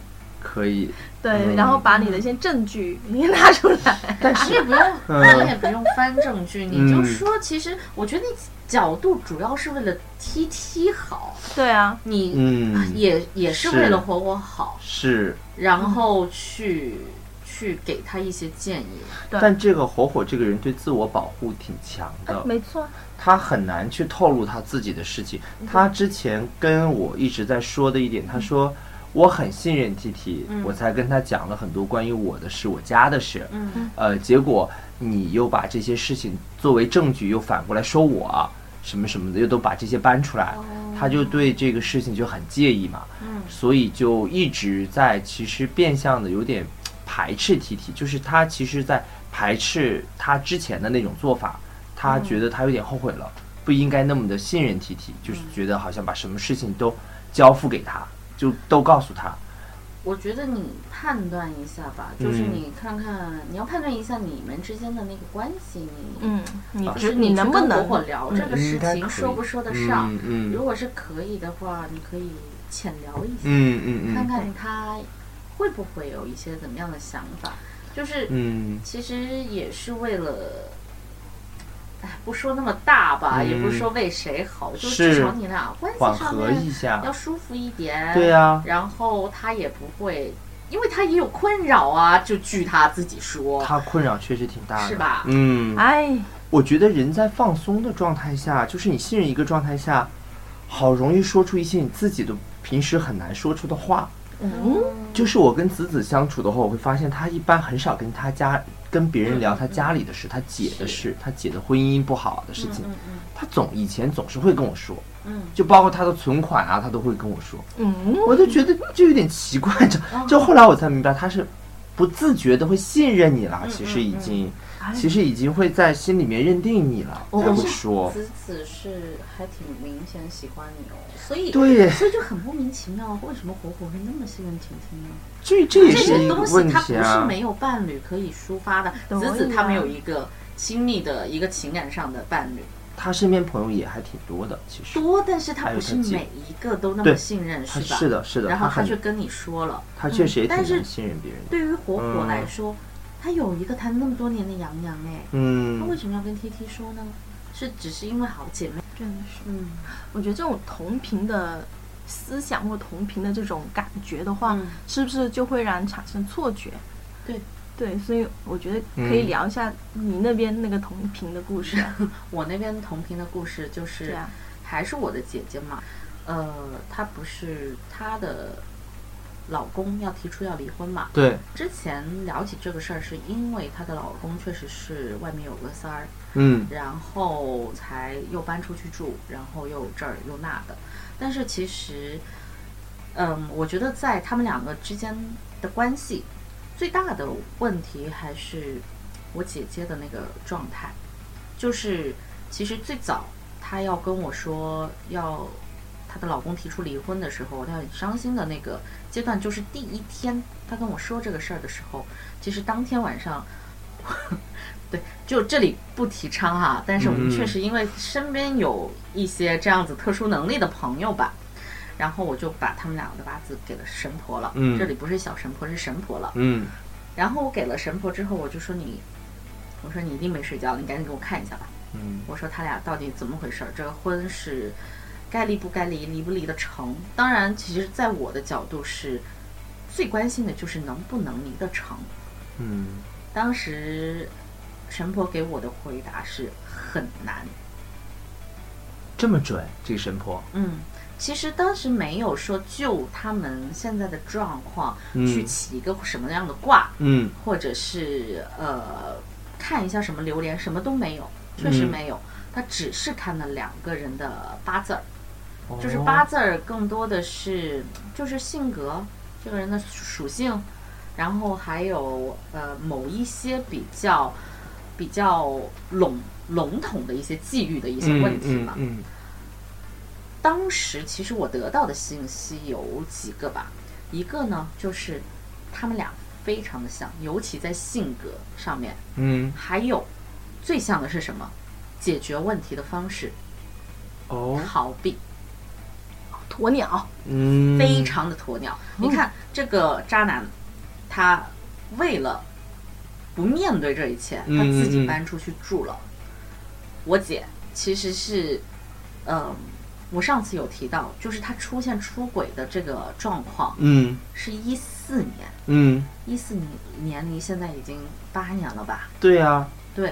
可以。 对、 嗯， 然后把你的一些证据你拿出来。 但是你也不用， 嗯你也不用翻证据，你就说，其实我觉得你角度主要是为了 T T 好。 对啊， 你嗯也也是为了火火好， 是， 然后去去给他一些建议。 但这个火火这个人对自我保护挺强的， 没错， 他很难去透露他自己的事情。他之前跟我一直在说的一点，他说我很信任 T T，、嗯、我才跟他讲了很多关于我的事、我家的事。 嗯， 呃，结果你又把这些事情作为证据，又反过来说我什么什么的，又都把这些搬出来，哦、他就对这个事情就很介意嘛。 嗯， 所以就一直在其实变相的有点排斥 T T， 就是他其实在排斥他之前的那种做法，他觉得他有点后悔了，嗯、不应该那么的信任 T T， 就是觉得好像把什么事情都交付给他。就都告诉他， 我觉得你判断一下吧，嗯、就是你看看，你要判断一下你们之间的那个关系，你嗯，你就是你能不能火火聊这个事情， 嗯、 说不说得上？ 嗯嗯、 如果是可以的话，你可以浅聊一下， 嗯嗯嗯， 看看他会不会有一些怎么样的想法，就是嗯， 其实也是为了。不说那么大吧，嗯、也不是说为谁好，就至少你俩关系上面要舒服一点。 对啊， 然后他也不会，因为他也有困扰啊，就据他自己说， 他困扰确实挺大的， 是吧？ 嗯， 哎， 我觉得人在放松的状态下，就是你信任一个状态下，好容易说出一些你自己的平时很难说出的话。 嗯， 就是我跟子子相处的话，我会发现他一般很少跟他家跟别人聊他家里的事，嗯、他姐的事，他姐的婚姻不好的事情， 嗯嗯嗯、 他总以前总是会跟我说， 嗯， 就包括他的存款啊，他都会跟我说， 嗯， 我就觉得就有点奇怪，就就后来我才明白他是不自觉的会信任你了， 嗯、 其实已经。 嗯嗯其实已经会在心里面认定你了，才会说。 子子是还挺明显喜欢你哦，所以对， 所以就很莫名其妙，为什么火火会那么信任婷婷呢？ 这这也是一个问题啊！这些东西他不是没有伴侣可以抒发的，子子他没有一个亲密的一个情感上的伴侣， 他身边朋友也还挺多的，其实多，但是他不是每一个都那么信任，是吧？ 是的，是的。 然后他却跟你说了， 他确实也挺难信任别人的。 对于火火来说。嗯他有一个谈那么多年的杨洋哎， 嗯， 他为什么要跟 T T 说呢？是只是因为好姐妹？ 真的是， 嗯， 我觉得这种同频的思想或同频的这种感觉的话， 嗯、 是不是就会让人产生错觉？ 对， 对，所以我觉得可以聊一下你那边那个同频的故事、啊。 我那边同频的故事就是， 啊、 还是我的姐姐嘛，呃，她不是她的。老公要提出要离婚嘛？ 对。 之前聊起这个事儿，是因为她的老公确实是外面有个三儿， 嗯， 然后才又搬出去住，然后又这儿又那的。但是其实，嗯，我觉得在他们两个之间的关系，最大的问题还是我姐姐的那个状态，就是其实最早她要跟我说要。她的老公提出离婚的时候，她很伤心的那个阶段，就是第一天她跟我说这个事儿的时候，其实当天晚上，对，就这里不提倡哈，但是我们确实因为身边有一些这样子特殊能力的朋友吧，然后我就把他们两个的八字给了神婆了， 嗯， 这里不是小神婆，是神婆了， 嗯， 然后我给了神婆之后，我就说你，我说你一定没睡觉，你赶紧给我看一下吧， 嗯， 我说他俩到底怎么回事？这个婚是。该离不该离，离不离得成？当然，其实在我的角度是最关心的就是能不能离得成。 嗯， 当时神婆给我的回答是很难。 这么准，这个神婆？ 嗯，其实当时没有说就他们现在的状况、嗯、去起一个什么样的卦， 嗯， 或者是呃看一下什么流年，什么都没有，确实没有。嗯、他只是看了两个人的八字儿。就是八字儿更多的是就是性格，这个人的属性，然后还有呃某一些比较比较笼笼统的一些际遇的一些问题嘛。 嗯嗯嗯、 当时其实我得到的信息有几个吧，一个呢就是他们俩非常的像，尤其在性格上面。 嗯， 还有最像的是什么？解决问题的方式。 哦， 逃避。 鸵鸟， 嗯， 非常的鸵鸟。你看这个渣男，他为了不面对这一切，他自己搬出去住了。嗯、我姐其实是，呃，我上次有提到，就是他出现出轨的这个状况， 嗯， 是一四年， 嗯， 一四年年离现在已经八年了吧？ 对呀、啊， 对，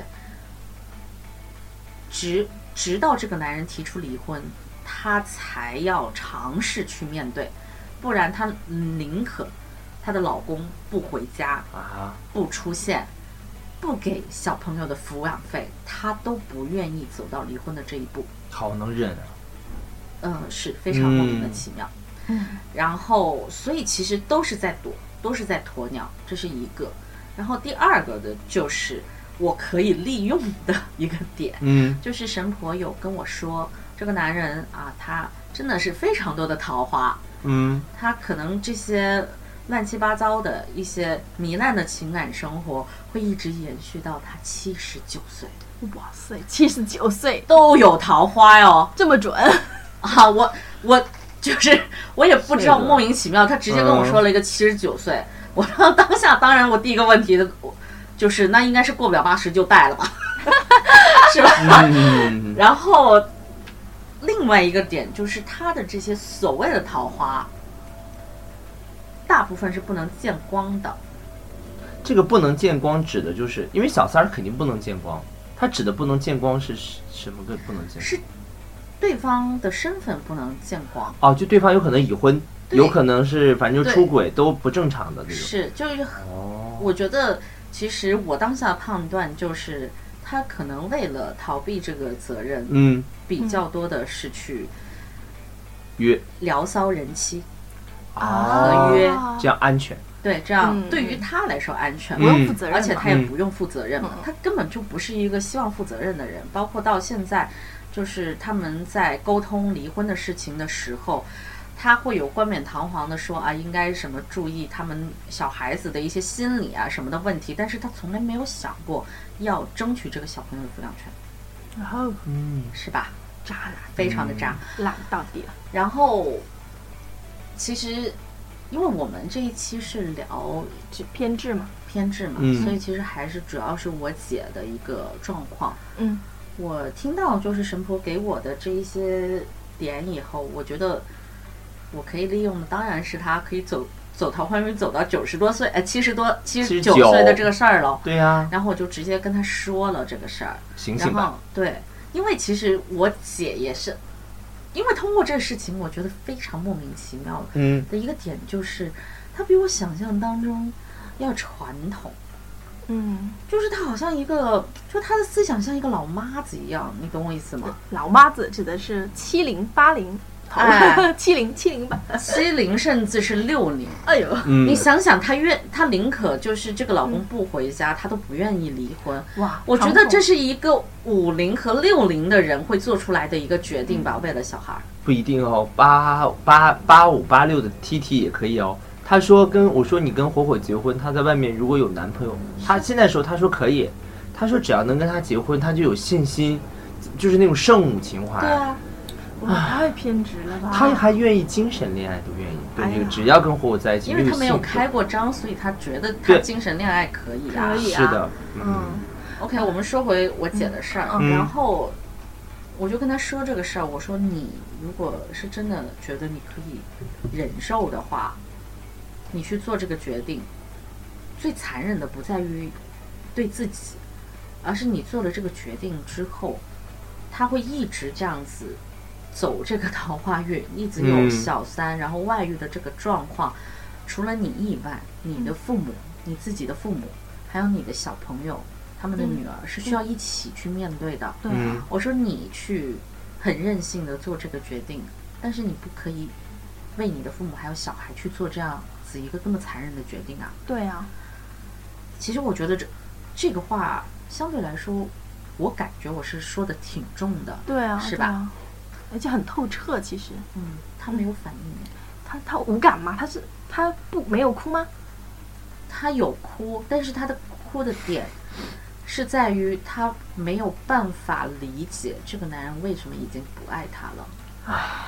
直直到这个男人提出离婚，他才要尝试去面对，不然他宁可她的老公不回家啊，不出现，不给小朋友的抚养费，她都不愿意走到离婚的这一步。 好能忍啊！ 嗯，是非常莫名的奇妙。 嗯， 然后所以其实都是在躲，都是在鸵鸟，这是一个。然后第二个的就是我可以利用的一个点， 嗯， 就是神婆有跟我说，这个男人啊，他真的是非常多的桃花， 嗯， 他可能这些乱七八糟的一些糜烂的情感生活会一直延续到他七十九岁。 哇塞，七十九岁都有桃花哟， 这么准啊！我我就是我也不知道，莫名其妙，他直接跟我说了一个七十九岁。嗯，我当下当然我第一个问题的就是那应该是过不了八十就带了吧，是吧？ 嗯， 然后另外一个点就是他的这些所谓的桃花，大部分是不能见光的。 这个不能见光指的就是因为小三儿肯定不能见光，他指的不能见光是什么个不能见光？ 是对方的身份不能见光。 哦，就对方有可能已婚，有可能是反正就出轨都不正常的这种。 是，就是、 哦、 我觉得其实我当下判断就是他可能为了逃避这个责任， 嗯， 比较多的是去约聊骚人妻啊， 和约， 这样安全。 对，这样对于他来说安全， 不用负责任， 而且他也不用负责任嘛、 嗯， 他根本就不是一个希望负责任的人。包括到现在，就是他们在沟通离婚的事情的时候，他会有冠冕堂皇的说啊，应该什么注意他们小孩子的一些心理啊什么的问题，但是他从来没有想过要争取这个小朋友的抚养权。 然后， 嗯， 是吧？ 渣男， 非常的渣， 嗯、烂到底了。 然后，其实。因为我们这一期是聊偏执嘛， 偏执嘛、 嗯， 所以其实还是主要是我姐的一个状况。 嗯， 我听到就是神婆给我的这一些点以后，我觉得我可以利用的当然是她可以走走桃花运走到九十多岁，哎，七十多七十九岁的这个事儿了。 对呀、啊。 然后我就直接跟她说了这个事儿。 醒醒吧。 然后对，因为其实我姐也是。因为通过这个事情，我觉得非常莫名其妙的一个点就是，他比我想象当中要传统。 嗯， 就是他好像一个，就他的思想像一个老妈子一样，你懂我意思吗？ 老妈子指的是七零八零， 哎， 七零七零吧， 七零甚至是六零。 哎呦， 嗯、 你想想，他愿他宁可就是这个老公不回家，嗯、他都不愿意离婚。 哇， 我觉得这是一个五零和六零的人会做出来的一个决定吧，嗯、为了小孩。 不一定哦，八八八五八六的 T T 也可以哦。他说跟我说你跟火火结婚，他在外面如果有男朋友，他现在说他说可以，他说只要能跟他结婚，他就有信心，就是那种圣母情怀。 对啊。 哇，太偏执了吧！ 他还愿意精神恋爱都愿意，对那个、哎、只要跟火火在一起， 因为他没有开过张，所以他觉得他精神恋爱可以啊， 可以啊， 是的， 嗯。 嗯 OK， 我们说回我姐的事儿、 嗯， 然后我就跟她说这个事儿，我说你如果是真的觉得你可以忍受的话，你去做这个决定，最残忍的不在于对自己，而是你做了这个决定之后，他会一直这样子。走这个桃花运，一直有小三、嗯，然后外遇的这个状况，除了你以外，你的父母、嗯、你自己的父母，还有你的小朋友，他们的女儿、嗯、是需要一起去面对的。 对、 嗯， 我说你去很任性的做这个决定，但是你不可以为你的父母还有小孩去做这样子一个这么残忍的决定啊。 对啊， 其实我觉得这这个话相对来说，我感觉我是说的挺重的。 对啊， 是吧？ 啊而且很透彻，其实， 嗯，他没有反应， 他他无感吗？他是他不没有哭吗？ 他有哭，但是他的哭的点是在于他没有办法理解这个男人为什么已经不爱他了。 啊，偏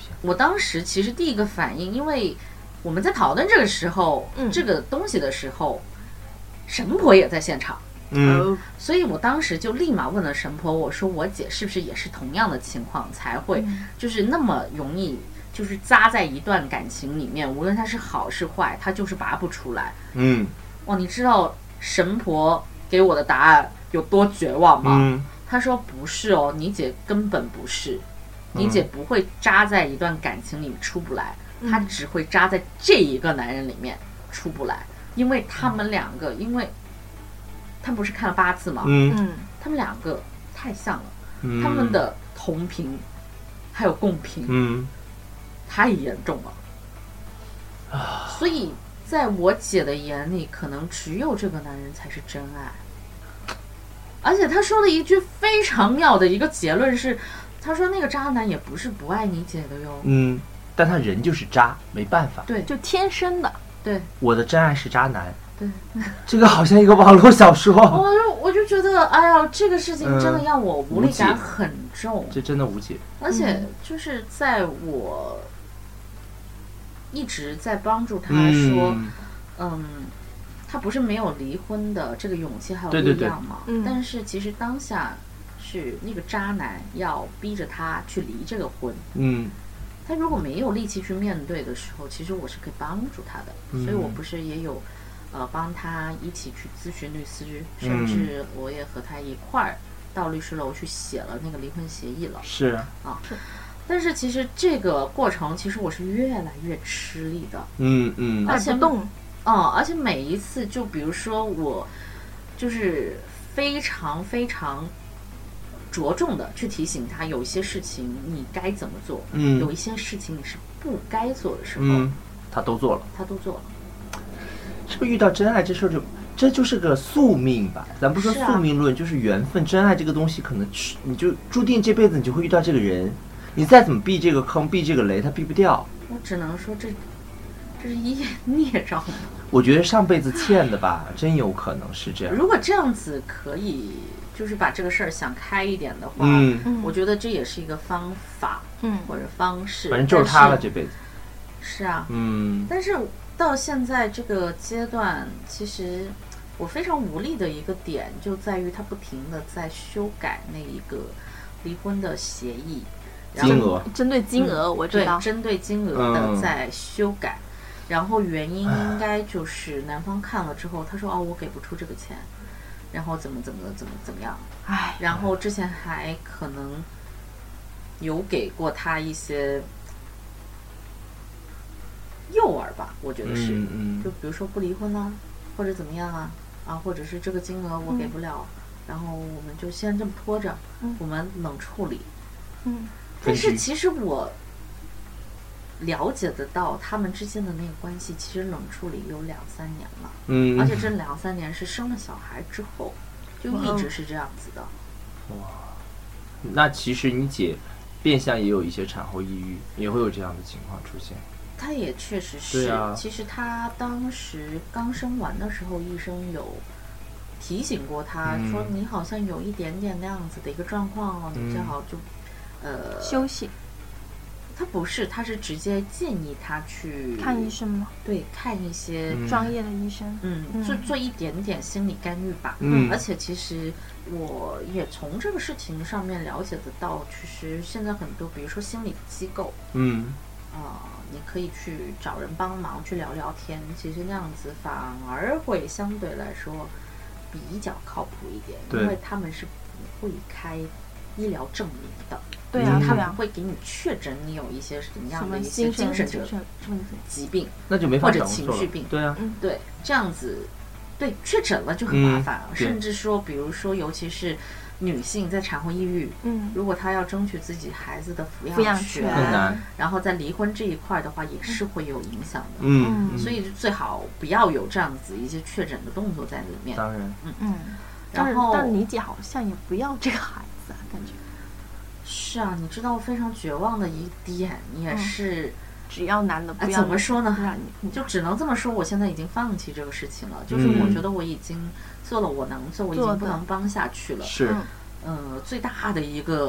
我当时其实第一个反应，因为我们在讨论这个时候、嗯、这个东西的时候，神婆也在现场， 嗯， 所以我当时就立马问了神婆，我说我姐是不是也是同样的情况，才会就是那么容易就是扎在一段感情里面，无论它是好是坏，它就是拔不出来。 嗯， 哇，你知道神婆给我的答案有多绝望吗？ 嗯， 她说不是哦，你姐根本不是，你姐不会扎在一段感情里出不来，她、嗯、只会扎在这一个男人里面出不来，因为他们两个，因为他们不是看了八字吗？ 嗯， 他们两个太像了， 嗯、 他们的同频还有共频， 嗯， 太严重了，啊，所以在我姐的眼里，可能只有这个男人才是真爱。而且他说了一句非常妙的一个结论是，他说那个渣男也不是不爱你姐的哟， 嗯，但他人就是渣，没办法， 对， 就天生的， 对， 我的真爱是渣男， 对， 这个好像一个网络小说， 我就我就觉得，哎呀，这个事情真的让我无力感很重， 嗯、这真的无解， 而且就是在我一直在帮助他说，嗯。嗯他不是没有离婚的这个勇气还有力量嘛？ 对对对， 但是其实当下是那个渣男要逼着他去离这个婚。 嗯， 他如果没有力气去面对的时候，其实我是可以帮助他的。嗯、所以我不是也有呃帮他一起去咨询律师，甚至我也和他一块儿到律师楼去写了那个离婚协议了。 是啊，是。但是其实这个过程，其实我是越来越吃力的。 嗯嗯， 而且不动。 哦，而且每一次，就比如说我，就是非常非常着重的去提醒他，有一些事情你该怎么做， 嗯， 有一些事情你是不该做的时候， 嗯，他都做了， 他都做了。 是不是遇到真爱这事儿就这就是个宿命吧？咱不说宿命论，是啊、就是缘分。真爱这个东西，可能你就注定这辈子你就会遇到这个人，你再怎么避这个坑、避这个雷，他避不掉。 我只能说这。这是一孽障， 我觉得上辈子欠的吧，真有可能是这样。 如果这样子可以，就是把这个事儿想开一点的话， 嗯， 我觉得这也是一个方法， 嗯， 或者方式。 反正就是他了这辈子。 是啊， 嗯。 但是到现在这个阶段，其实我非常无力的一个点就在于他不停的在修改那一个离婚的协议， 金额针对金额，我知道， 对，针对金额的在修改。嗯，然后原因应该就是男方看了之后，他说：“哦，我给不出这个钱，然后怎么怎么怎么怎么样。” 唉， 然后之前还可能有给过他一些诱饵吧，我觉得是， 嗯嗯、 就比如说不离婚啊，或者怎么样啊，啊，或者是这个金额我给不了，嗯、然后我们就先这么拖着， 嗯、 我们冷处理。 嗯， 但是其实我。了解得到他们之间的那个关系，其实冷处理有两三年了， 嗯， 而且这两三年是生了小孩之后，就一直是这样子的。 哇，那其实你姐变相也有一些产后抑郁，也会有这样的情况出现。 她也确实是， 啊、 其实她当时刚生完的时候，医生有提醒过她、嗯、说，你好像有一点点那样子的一个状况哦，你最好就、嗯、呃休息。 他不是，他是直接建议他去看医生吗？ 对，看一些专、嗯、业的医生， 嗯，嗯做做一点点心理干预吧。 嗯， 而且其实我也从这个事情上面了解得到，其实现在很多，比如说心理机构， 嗯， 啊、呃，你可以去找人帮忙去聊聊天，其实那样子反而会相对来说比较靠谱一点，因为他们是不会开医疗证明的。 对啊， 他们会给你确诊你有一些什么样的一些精神者疾病， 那就没法或者情绪病。 对啊， 嗯，对，这样子，对，确诊了就很麻烦了。嗯、甚至说，比如说，尤其是女性在产后抑郁， 嗯， 如果她要争取自己孩子的抚养权， 更难。 然后在离婚这一块的话，也是会有影响的。 嗯， 所以最好不要有这样子一些确诊的动作在里面。 当然， 嗯嗯。 然后， 但你姐好像也不要这个孩子啊，感觉。 是啊，你知道非常绝望的一点也是， 嗯、只要男的不要、 哎、怎么说呢？ 你就只能这么说。我现在已经放弃这个事情了，嗯、就是我觉得我已经做了我能做，我已经不能帮下去了。 是， 呃，最大的一个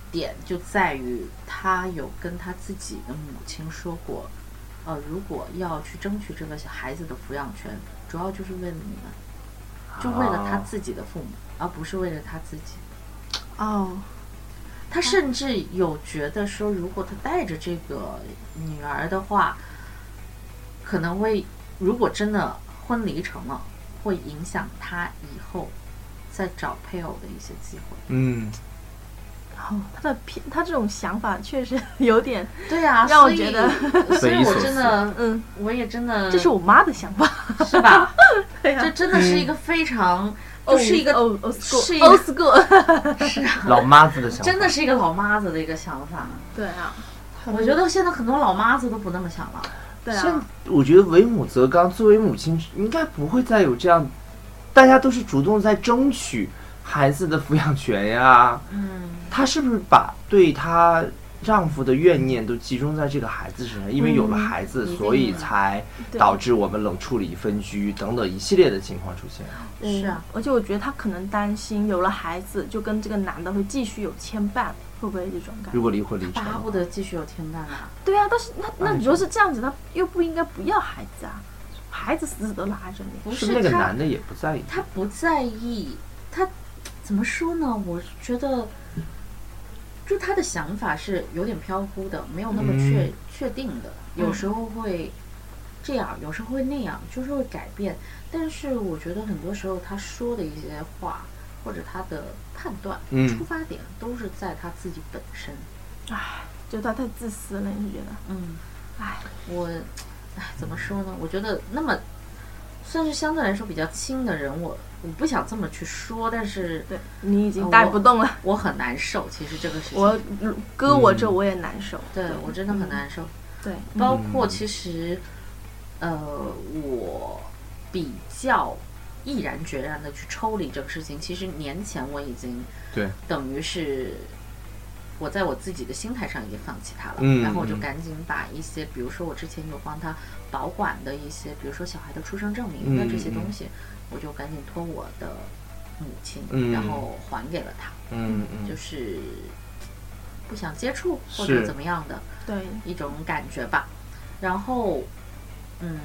点就在于他有跟他自己的母亲说过，呃，如果要去争取这个小孩子的抚养权，主要就是为了你们，就为了他自己的父母，而不是为了他自己。 哦， 他甚至有觉得说，如果他带着这个女儿的话，可能会，如果真的婚离成了，会影响他以后再找配偶的一些机会。 嗯， 哦，他的偏，他这种想法确实有点， 对啊， 让我觉得， 所以我真的，嗯，我也真的， 这是我妈的想法， 是吧？ 对呀、 这真的是一个非常。就是一个 old school， 是一个 old school， 是啊， 老妈子的想法， 真的是一个老妈子的一个想法。 对啊， 我觉得现在很多老妈子都不那么想了。 对啊， 我觉得为母则刚，作为母亲应该不会再有这样，大家都是主动在争取孩子的抚养权呀。 嗯， 她是不是把对她丈夫的怨念都集中在这个孩子身上？因为有了孩子， 嗯、 所以才导致我们冷处理、分居等等一系列的情况出现。 是啊， 而且我觉得她可能担心有了孩子就跟这个男的会继续有牵绊，会不会这种感觉？ 如果离婚离成， 巴不得继续有牵绊啊。 对啊，但是那那如果是这样子，他又不应该不要孩子啊，孩子死死都拉着你。 不是那个男的也不在意， 他不在意，他怎么说呢？我觉得。就他的想法是有点飘忽的，没有那么确、嗯、确定的，有时候会这样，有时候会那样，就是会改变。但是我觉得很多时候他说的一些话或者他的判断、嗯、出发点都是在他自己本身。 唉，就他太自私了，你觉得？ 嗯，唉，我，唉，怎么说呢？我觉得那么算是相对来说比较亲的人，我。我不想这么去说，但是对你已经带不动了， 我, 我很难受。其实这个事情， 我搁我这我也难受。 嗯、对, 对我真的很难受。嗯、 对， 包括其实，呃，我比较毅然决然的去抽离这个事情。其实年前我已经对， 等于是我在我自己的心态上已经放弃它了， 嗯、 然后我就赶紧把一些，比如说我之前有帮他保管的一些，比如说小孩的出生证明的这些东西。嗯我就赶紧托我的母亲，嗯、然后还给了他。 嗯嗯， 就是不想接触或者怎么样的， 对一种感觉吧。然后，嗯，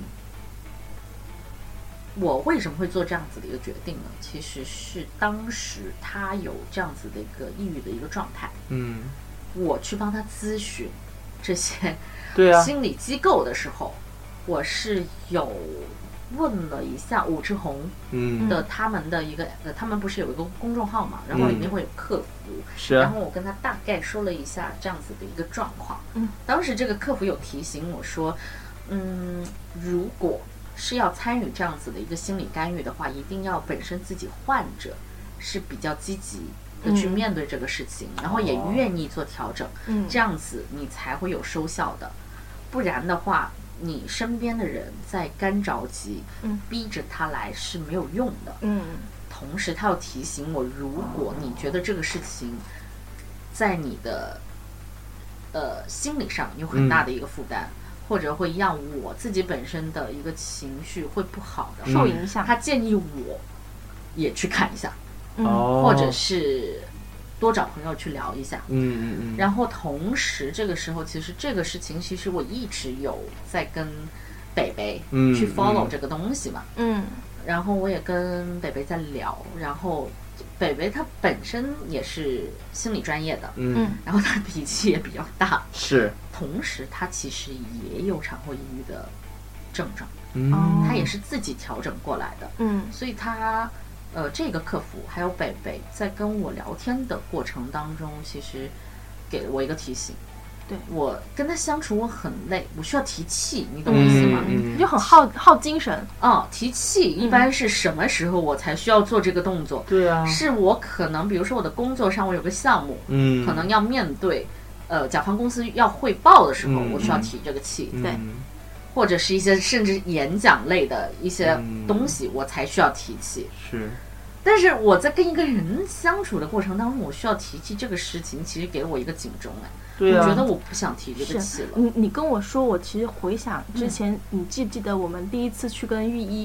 我为什么会做这样子的一个决定呢？其实是当时他有这样子的一个抑郁的一个状态。 嗯， 我去帮他咨询这些对啊心理机构的时候，我是有。问了一下武志红的他们的一个、嗯、呃，他们不是有一个公众号嘛，然后里面会有客服， 是、嗯， 然后我跟他大概说了一下这样子的一个状况。嗯，当时这个客服有提醒我说，嗯，如果是要参与这样子的一个心理干预的话，一定要本身自己患者是比较积极的去面对这个事情，嗯、然后也愿意做调整，嗯，这样子你才会有收效的，不然的话。你身边的人在干着急，嗯，逼着他来是没有用的，嗯。同时，他要提醒我，如果你觉得这个事情在你的呃心理上有很大的一个负担，嗯、或者会让我自己本身的一个情绪会不好的， 受影响， 他建议我也去看一下， 嗯， 或者是。多找朋友去聊一下， 嗯嗯嗯， 然后同时这个时候，其实这个事情，其实我一直有在跟北北去 follow 这个东西嘛， 嗯， 然后我也跟北北在聊，然后北北他本身也是心理专业的， 嗯， 然后他脾气也比较大， 是， 同时他其实也有产后抑郁的症状， 嗯， 他也是自己调整过来的， 嗯， 所以他。呃，这个客服还有北北在跟我聊天的过程当中，其实给了我一个提醒。 对， 我跟他相处我很累，我需要提气，你懂我意思吗？ 嗯嗯、就很耗耗精神。 哦，提气一般是什么时候我才需要做这个动作？ 对啊， 是我可能比如说我的工作上我有个项目， 嗯， 可能要面对呃甲方公司要汇报的时候，嗯、我需要提这个气。 嗯、 对。 或者是一些甚至演讲类的一些东西，我才需要提气。 是， 但是我在跟一个人相处的过程当中，我需要提气这个事情，其实给了我一个警钟哎。 对啊。 我觉得我不想提这个气了。 你你跟我说，我其实回想之前，嗯、你记不记得我们第一次去跟御医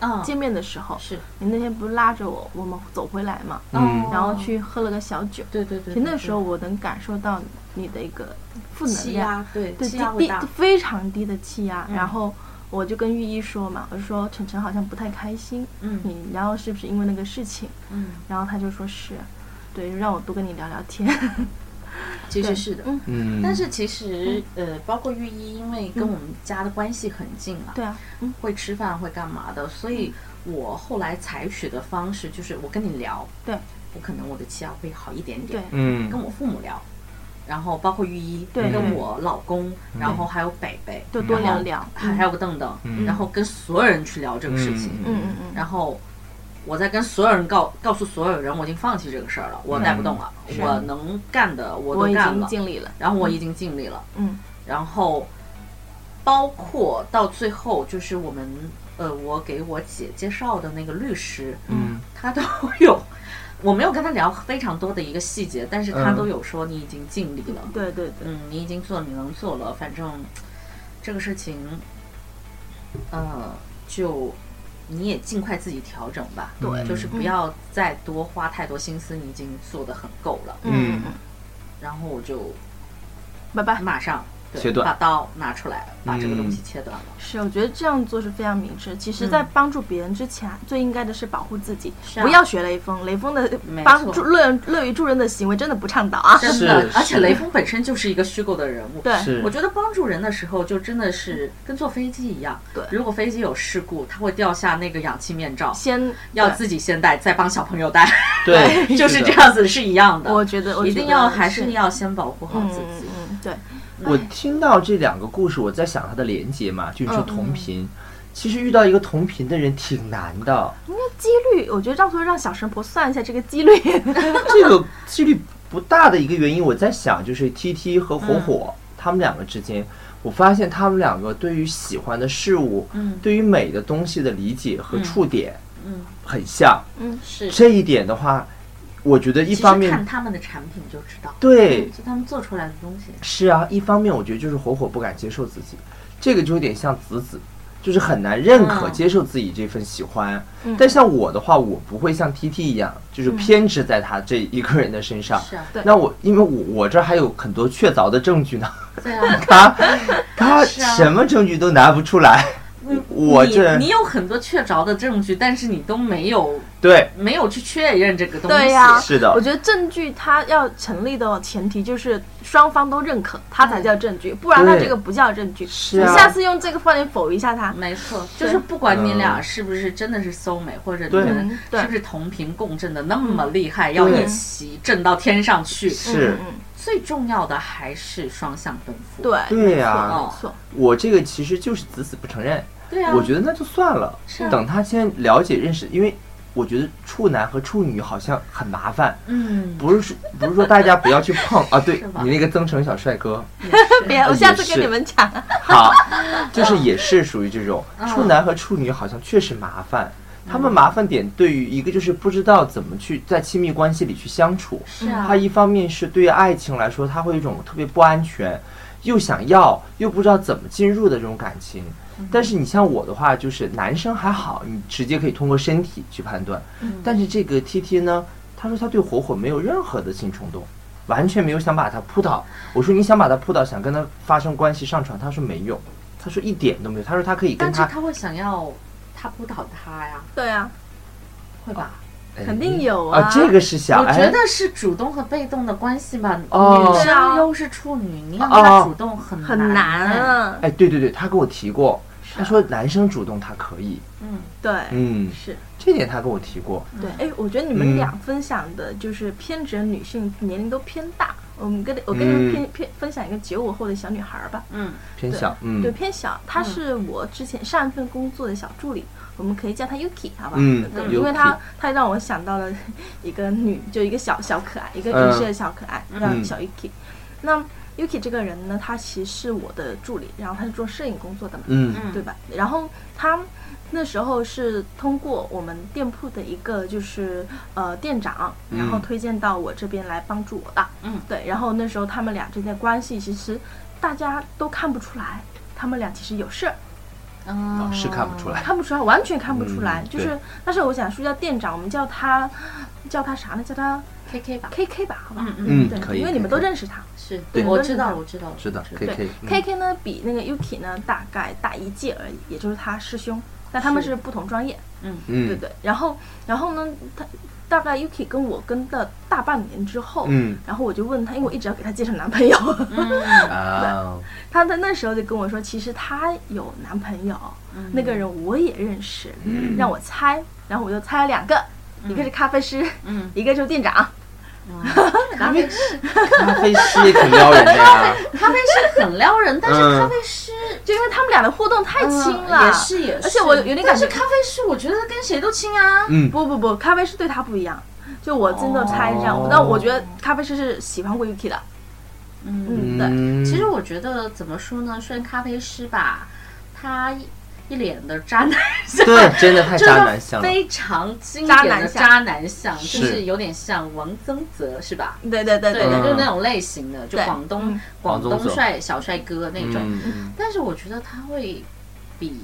见面的时候， 是你那天不是拉着我，我们走回来嘛， 嗯， 然后去喝了个小酒， 对对对， 其实那时候我能感受到你的一个负能气量， 压，对， 对， 气压低低会大， 非常低的气压， 嗯然后我就跟玉一说嘛，我就说晨晨好像不太开心， 嗯你然后是不是因为那个事情？ 嗯， 然后他就说是，对，让我多跟你聊聊天。 其实是的， 嗯嗯， 但是其实呃，包括玉一，因为跟我们家的关系很近嘛， 对啊，嗯， 会吃饭会干嘛的，所以我后来采取的方式就是我跟你聊， 对， 我可能我的气压会好一点点， 对， 嗯， 跟我父母聊，然后包括玉一， 对跟我老公，然后还有北北， 就多聊聊， 还还有个邓邓， 嗯然后跟所有人去聊这个事情， 嗯嗯嗯， 然后我再跟所有人告告诉所有人，我已经放弃这个事儿了，我带不动了， 是我能干的我我已都干了， 经尽力了， 然后我已经尽力了， 嗯然后包括到最后就是我们呃，我给我姐介绍的那个律师， 嗯， 他都有。我没有跟他聊非常多的一个细节，但是他嗯都有说你已经尽力了， 对对对， 嗯，你已经做你能做了，反正这个事情，呃，就你也尽快自己调整吧， 对就是不要再多花太多心思，你已经做得很够了， 嗯嗯， 然后我就拜拜。 马上对切断把刀拿出来，把这个东西切断了。 是，我觉得这样做是非常明智。其实，在帮助别人之前，最应该的是保护自己， 是啊不要学雷锋。雷锋的没错帮助乐人乐于助人的行为真的不倡导啊。 真的是， 而且是雷锋本身就是一个虚构的人物。 对， 是我觉得帮助人的时候，就真的是跟坐飞机一样。 对如果飞机有事故，他会掉下那个氧气面罩， 先对要自己先戴，再帮小朋友戴。 对， 就是的这样子，是一样的。 我觉得我一定觉得要还是是要先保护好自嗯己。 嗯，对， 我听到这两个故事，我在想它的连接嘛，就是说嗯同频。其实遇到一个同频的人挺难的， 应该几率，我觉得到时候让小神婆算一下这个几率。 这个几率不大的一个原因，我在想就是 T T 和火火、嗯、他们两个之间，我发现他们两个对于喜欢的事物， 嗯， 对于美的东西的理解和触点， 嗯， 很像。 嗯， 是这一点的话，我觉得一方面看他们的产品就知道， 对， 就他们做出来的东西。 是啊，一方面我觉得就是火火不敢接受自己，这个就有点像子子。就是很难认可、接受自己这份喜欢，嗯、但像我的话，我不会像 T T 一样，就是偏执在他这一个人的身上。 是啊， 对。那我因为我我这还有很多确凿的证据呢。 对啊。 他他什么证据都拿不出来。我这你有很多确凿的证据，但是你都没有对没有去确认这个东西。 对呀、啊， 是的。 我觉得证据它要成立的前提就是双方都认可，它才叫证据，不然它这个不叫证据。 是啊。 你下次用这个方法否一下它。 没错，就是不管你俩是不是真的是soul mate，或者你们是不是同频共振的那么厉害，要一起振到天上去。 是。 最重要的还是双向奔赴。 对对呀、啊， 没错。 我这个其实就是死死不承认。 对啊。 我觉得那就算了， 是啊、 等他先了解认识，因为我觉得处男和处女好像很麻烦。 嗯。 不是说不是说大家不要去碰啊，对你那个增城小帅哥， 别，我下次跟你们讲。 好，就是也是属于这种处男和处女，好像确实麻烦。他们麻烦点对于一个就是不知道怎么去在亲密关系里去相处， 是啊， 他一方面是对于爱情来说，他会有一种特别不安全，又想要又不知道怎么进入的这种感情。嗯、但是你像我的话，就是男生还好，你直接可以通过身体去判断。 嗯、 但是这个 T T 呢，他说他对火火没有任何的性冲动，完全没有想把他扑倒。我说你想把他扑倒，想跟他发生关系上床，他说没有，他说一点都没有。他说他可以跟他， 但是他会想要。他扑倒他呀？ 对啊， 会吧？ 肯定有啊。 啊，这个是想， 我觉得是主动和被动的关系吧。 哦、 女生又是处女，你让她主动很难、欸、 很难啊。 哎，对对对，他跟我提过，他说男生主动他可以。 嗯， 对， 嗯， 是这点他跟我提过。 对，哎，我觉得你们俩分享的就是偏执女性年龄都偏大。我们跟我跟你们偏、嗯、偏分享一个九五后的小女孩吧。 嗯， 偏小，嗯， 对，偏小。她是我之前上一份工作的小助理，我们可以叫她 Yuki， 好吧？ 嗯， 对，因为她她让我想到了一个女，就一个小小可爱，一个女士的小可爱，叫、嗯、小 Yuki。那 Yuki 这个人呢，她其实是我的助理，然后她是做摄影工作的嘛， 嗯， 对吧？然后她。那时候是通过我们店铺的一个就是呃店长，然后推荐到我这边来帮助我的。 嗯， 对。然后那时候他们俩之间的关系，其实大家都看不出来，他们俩其实有事儿。 哦， 是看不出来， 看不出来，完全看不出来。 嗯、 就是，但是我想说叫店长，我们叫他叫他啥呢？叫他 K K 吧 ，K K 吧，好吧？ 嗯嗯， 对， 可以， 因为你们都认识他。 是，对，我知道，我知道， 知道 K K。 K K 呢，比那个 Yuki 呢大概大一届而已，也就是他师兄，但他们是不同专业。 嗯嗯， 对对。然后，然后呢，他大概 Yuki 跟我跟的大半年之后，嗯，然后我就问他，因为我一直要给他介绍男朋友。嗯啊。他在那时候就跟我说，其实他有男朋友，嗯、那个人我也认识，嗯、让我猜，然后我就猜了两个，嗯、一个是咖啡师，嗯，一个就是店长。 咖啡师， 咖啡师也挺撩人的呀。 咖啡师很撩人，但是咖啡师、 嗯、就因为他们俩的互动太亲了，嗯、 也是也是。 而且我有点感觉， 但是咖啡师我觉得跟谁都亲啊。 嗯，不不不，咖啡师对他不一样。就我真的猜这样，哦、但我觉得咖啡师是喜欢过 Yuki 的。 嗯，对。其实我觉得怎么说呢？虽然咖啡师吧，他一脸的渣男相， 对，真的太渣男相了， 非常经典的渣男相，就是有点像王曾泽，是吧？ 对对对对，就是那种类型的，就广东广东帅小帅哥那种。但是我觉得他会比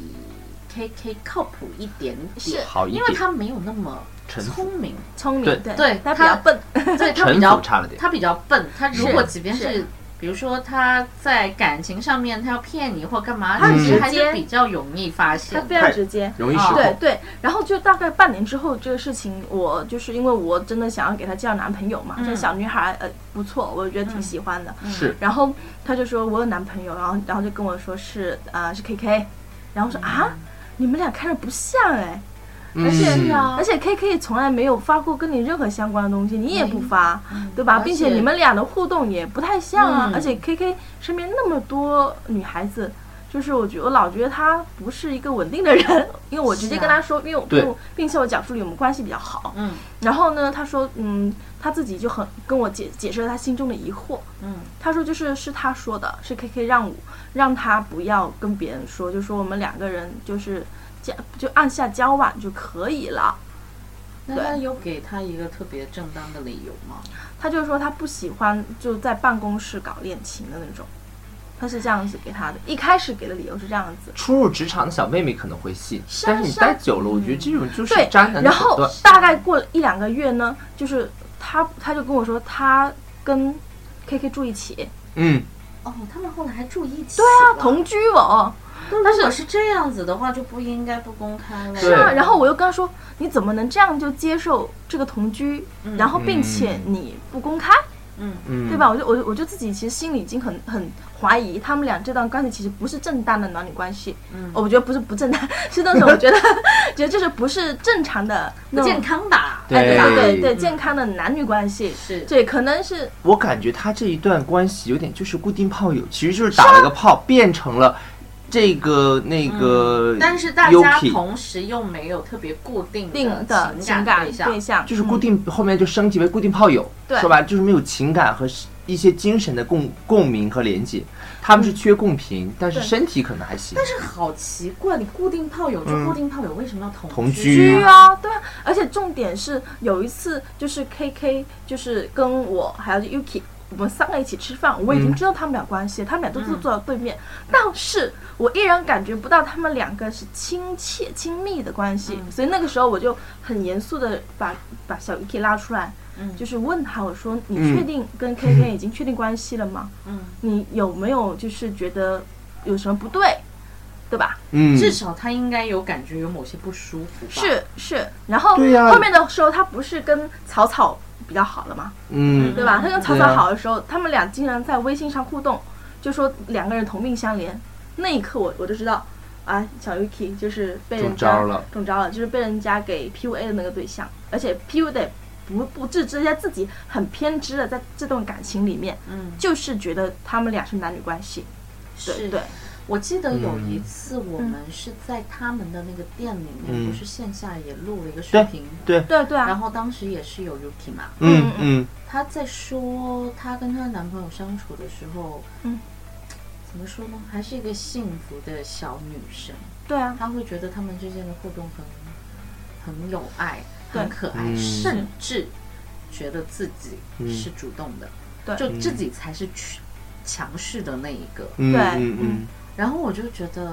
K K 靠谱一点点， 好一点， 因为他没有那么聪明， 聪明， 对对， 他比较笨， 对他比较差了点， 他比较笨。他如果即便是比如说他在感情上面他要骗你或干嘛，他其实还是比较容易发现， 他非常直接， 容易失控。 对对，然后就大概半年之后这个事情，我就是因为我真的想要给他介绍男朋友嘛，这小女孩呃不错，我觉得挺喜欢的。 是， 然后他就说我有男朋友，然后然后就跟我说是呃是 K K， 然后说啊你们俩看着不像哎。而且、嗯、而且 K K 从来没有发过跟你任何相关的东西，你也不发，嗯、对吧？并且你们俩的互动也不太像啊。嗯、而且 K K 身边那么多女孩子，就是我觉得我老觉得他不是一个稳定的人，因为我直接跟他说，啊、因为我并并且我讲述里我们关系比较好。嗯。然后呢，他说，嗯，他自己就很跟我解解释了他心中的疑惑。嗯。他说就是是他说的，是 K K 让我让他不要跟别人说，就说我们两个人就是。就按下交往就可以了。 那他有给他一个特别正当的理由吗？ 他就说他不喜欢就在办公室搞恋情的那种，他是这样子给他的。一开始给的理由是这样子。 初入职场的小妹妹可能会信，但是你待久了，我觉得这种就是渣男的手段。 然后大概过了一两个月呢，就是他他就跟我说他跟 K K 住一起。 嗯。 哦，他们后来还住一起。 对啊，同居哦。 但是如果是这样子的话，就不应该不公开了。 是啊，然后我又跟他说，你怎么能这样就接受这个同居，嗯、然后并且你不公开，嗯嗯，对吧？我就我我就自己其实心里已经很很怀疑，他们俩这段关系其实不是正当的男女关系。嗯，我觉得不是不正当，是那种我觉得觉得就是不是正常的、 不健康吧？ 哎，对对对对，健康的男女关系是对，可能是我感觉他这一段关系有点就是固定炮友，其实就是打了个炮，变成了。这个那个、 嗯，但是大家同时又没有特别固定的情感对象， 对象就是固定、嗯、后面就升级为固定炮友，说吧，就是没有情感和一些精神的共共鸣和连接。他们是缺共频，嗯、但是身体可能还行。 但是好奇怪，你固定炮友就固定炮友，嗯、为什么要同同居啊？对啊，而且重点是有一次就是 K K 就是跟我还有 Yuki。我们三个一起吃饭，我已经知道他们俩关系，嗯、他们俩都是坐到对面，嗯、但是我依然感觉不到他们两个是亲切亲密的关系，嗯、所以那个时候我就很严肃的把把小 Yuki 拉出来，嗯、就是问他，我说你确定跟 K K 已经确定关系了吗？嗯，你有没有就是觉得有什么不对？对吧？ 嗯，至少他应该有感觉有某些不舒服吧。 是是，然后后面的时候他不是跟草草比较好了嘛，嗯，对吧？他跟草草好的时候，啊、他们俩竟然在微信上互动，就说两个人同病相怜。那一刻我我就知道，啊，小 Yuki 就是被人家中招了， 中招了，就是被人家给 P U A 的那个对象，而且 P U A 的不不自知，在自己很偏执的在这段感情里面，嗯，就是觉得他们俩是男女关系，对对。 我记得有一次我们是在他们的那个店里面，嗯、不是线下也录了一个视频， 对对对啊。 然后当时也是有 Yuki 嘛， 嗯嗯， 她在说她跟她男朋友相处的时候，嗯，怎么说呢？还是一个幸福的小女生。 对啊， 她会觉得他们之间的互动很很有爱，很可爱，甚至觉得自己是主动的， 对、嗯， 就自己才是强势的那一个， 对， 嗯嗯。 然后我就觉得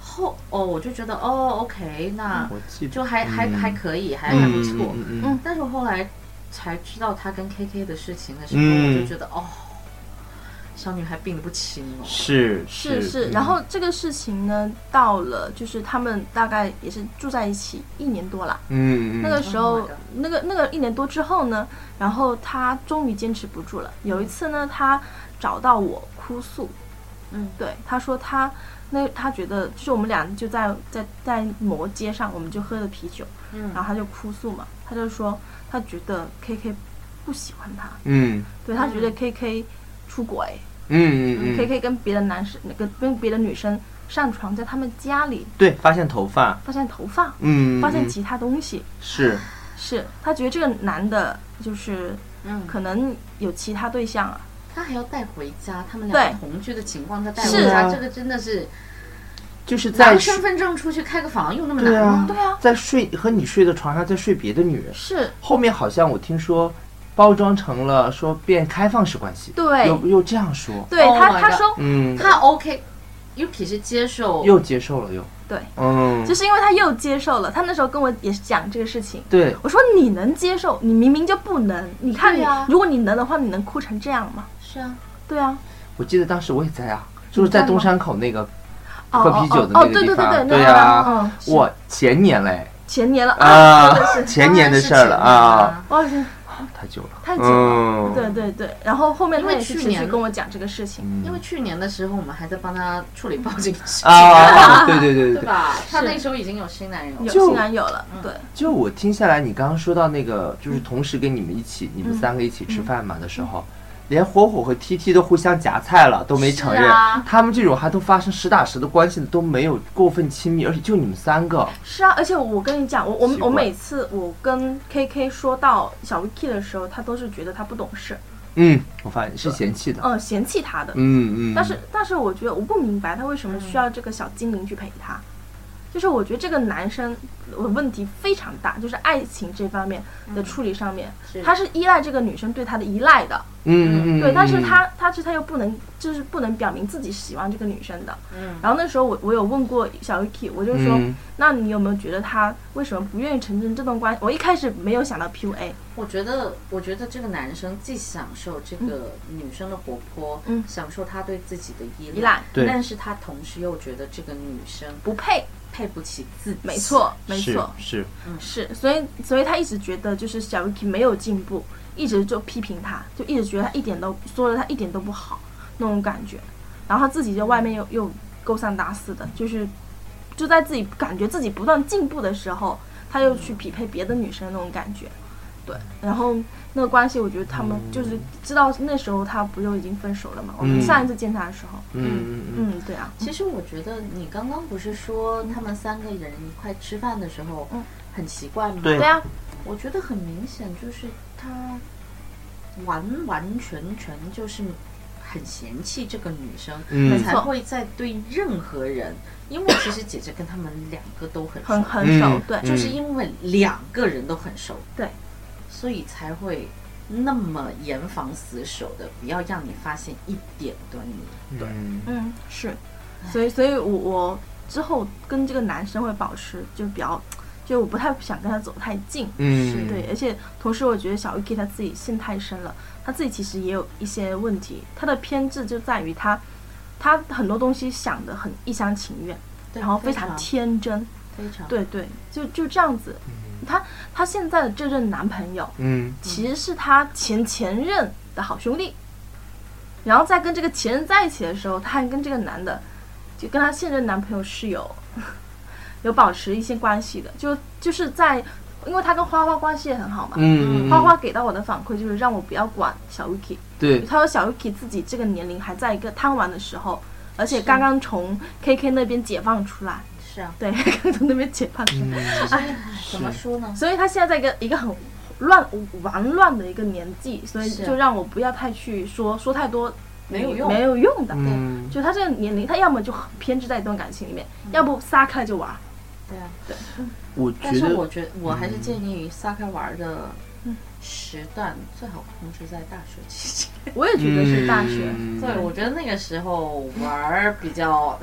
后哦，我就觉得哦 ，OK， 那就还、嗯、还还可以，还、嗯、还不错。 嗯嗯嗯。 但是我后来才知道他跟 K K 的事情的时候，嗯、我就觉得哦，小女孩病得不轻哦。 是是是，然后这个事情呢，到了就是他们大概也是住在一起一年多了。 嗯嗯。 那个时候， oh、那个那个一年多之后呢，然后他终于坚持不住了。有一次呢，他找到我哭诉。嗯，对，他说他那他觉得就是我们俩就在在在某街上，我们就喝了啤酒，嗯，然后他就哭诉嘛，他就说他觉得 K K 不喜欢他， 嗯， 对他觉得 K K 出轨， 嗯嗯嗯 ，K K 跟别的男生那个跟别的女生上床，在他们家里， 对，发现头发， 发现头发， 嗯， 发现其他东西， 是是，他觉得这个男的就是嗯，可能有其他对象啊。 他还要带回家，他们两个同居的情况，他带回家，啊、这个真的是， 就是在拿身份证出去开个房用那么难吗？ 对啊， 在睡和你睡的床上再睡别的女人， 是后面好像我听说包装成了说变开放式关系， 对， 又又这样说， 对、oh、他他说， 嗯，他 OK，Yuki 是接受， 又接受了又。 对， 嗯， 就是因为他又接受了，他那时候跟我也是讲这个事情。 对， 我说你能接受，你明明就不能。你看你，啊、如果你能的话，你能哭成这样吗？ 是啊， 对啊。 我记得当时我也在啊，就是在东山口那个喝啤酒的那个地方。哦， 对对对对， 对啊，嗯，我前年嘞， 前年了啊， 真的是前年的事儿了啊。 哇， 太久了， 太久了，嗯、对对对。然后后面他也是持续跟我讲这个事情， 因为去年的时候我们还在帮他处理报警啊，对对对对对吧？他那时候已经有新男友， 有新男友了，对。 就我听下来，你刚刚说到那个，就是同时跟你们一起，你们三个一起吃饭嘛的时候。连火火和 T T 都互相夹菜了，都没承认。啊、他们这种还都发生实打实的关系的，都没有过分亲密，而且就你们三个。 是啊，而且我跟你讲，我我我每次我跟 K K 说到小 Vicky 的时候，他都是觉得他不懂事。 嗯，我发现是嫌弃的。 嗯，嫌弃他的。 嗯嗯。 但是但是我觉得我不明白他为什么需要这个小精灵去陪他。就是我觉得这个男生问题非常大，就是爱情这方面的处理上面，嗯、他是依赖这个女生对他的依赖的， 嗯嗯对，但是他他是他又不能就是不能表明自己喜欢这个女生的，嗯，然后那时候我我有问过小 Vicky， 我就说，嗯、那你有没有觉得他为什么不愿意承认这段关系？我一开始没有想到 P U A， 我觉得我觉得这个男生既享受这个女生的活泼，嗯，享受他对自己的依赖， 依赖， 对， 但是他同时又觉得这个女生不配。 配不起自己， 没错，没错， 是， 嗯，是，所以，所以他一直觉得就是小 Vicky 没有进步，一直就批评他，就一直觉得他一点都说了他一点都不好那种感觉，然后他自己在外面又又勾三搭四的，就是就在自己感觉自己不断进步的时候，他又去匹配别的女生那种感觉，对，然后那个关系，我觉得他们就是知道那时候他不就已经分手了嘛？我们上一次见他的时候， 嗯嗯嗯，对啊。 其实我觉得你刚刚不是说他们三个人一块吃饭的时候很奇怪吗？ 对啊， 我觉得很明显就是他完完全全就是很嫌弃这个女生， 嗯、 才会在对任何人。因为其实姐姐跟他们两个都很熟， 很很熟，对， 就是因为两个人都很熟， 对。 所以才会那么严防死守的，不要让你发现一点端倪。 对， 嗯，是，所以，所以我我之后跟这个男生会保持就比较，就我不太想跟他走太近。 嗯， 对，而且同时我觉得小 Vicky 他自己陷太深了，他自己其实也有一些问题，他的偏执就在于他，他很多东西想得很一厢情愿，然后非常天真， 非常对对，就就这样子。他他现在的这任男朋友， 嗯， 其实是他前前任的好兄弟，然后在跟这个前任在一起的时候，他还跟这个男的，就跟他现任男朋友是有有保持一些关系的，就就是在，因为他跟花花关系也很好嘛， 嗯， 花花给到我的反馈就是让我不要管小 Vicky， 对， 他说小 Vicky 自己这个年龄还在一个贪玩的时候，而且刚刚从 K K 那边解放出来。 是啊， 对，刚从那边解放出来， 哎，怎么说呢？ 所以他现在在一个一个很乱玩乱的一个年纪，所以就让我不要太去说说太多没有用没有用的。 嗯， 就他这个年龄，他要么就很偏执在一段感情里面，嗯、要不撒开就玩。 对啊， 对。 我觉得， 但是我觉得我还是建议撒开玩的时段、嗯、最好控制在大学期间。 我也觉得是大学。 嗯、 对，我觉得那个时候玩比较。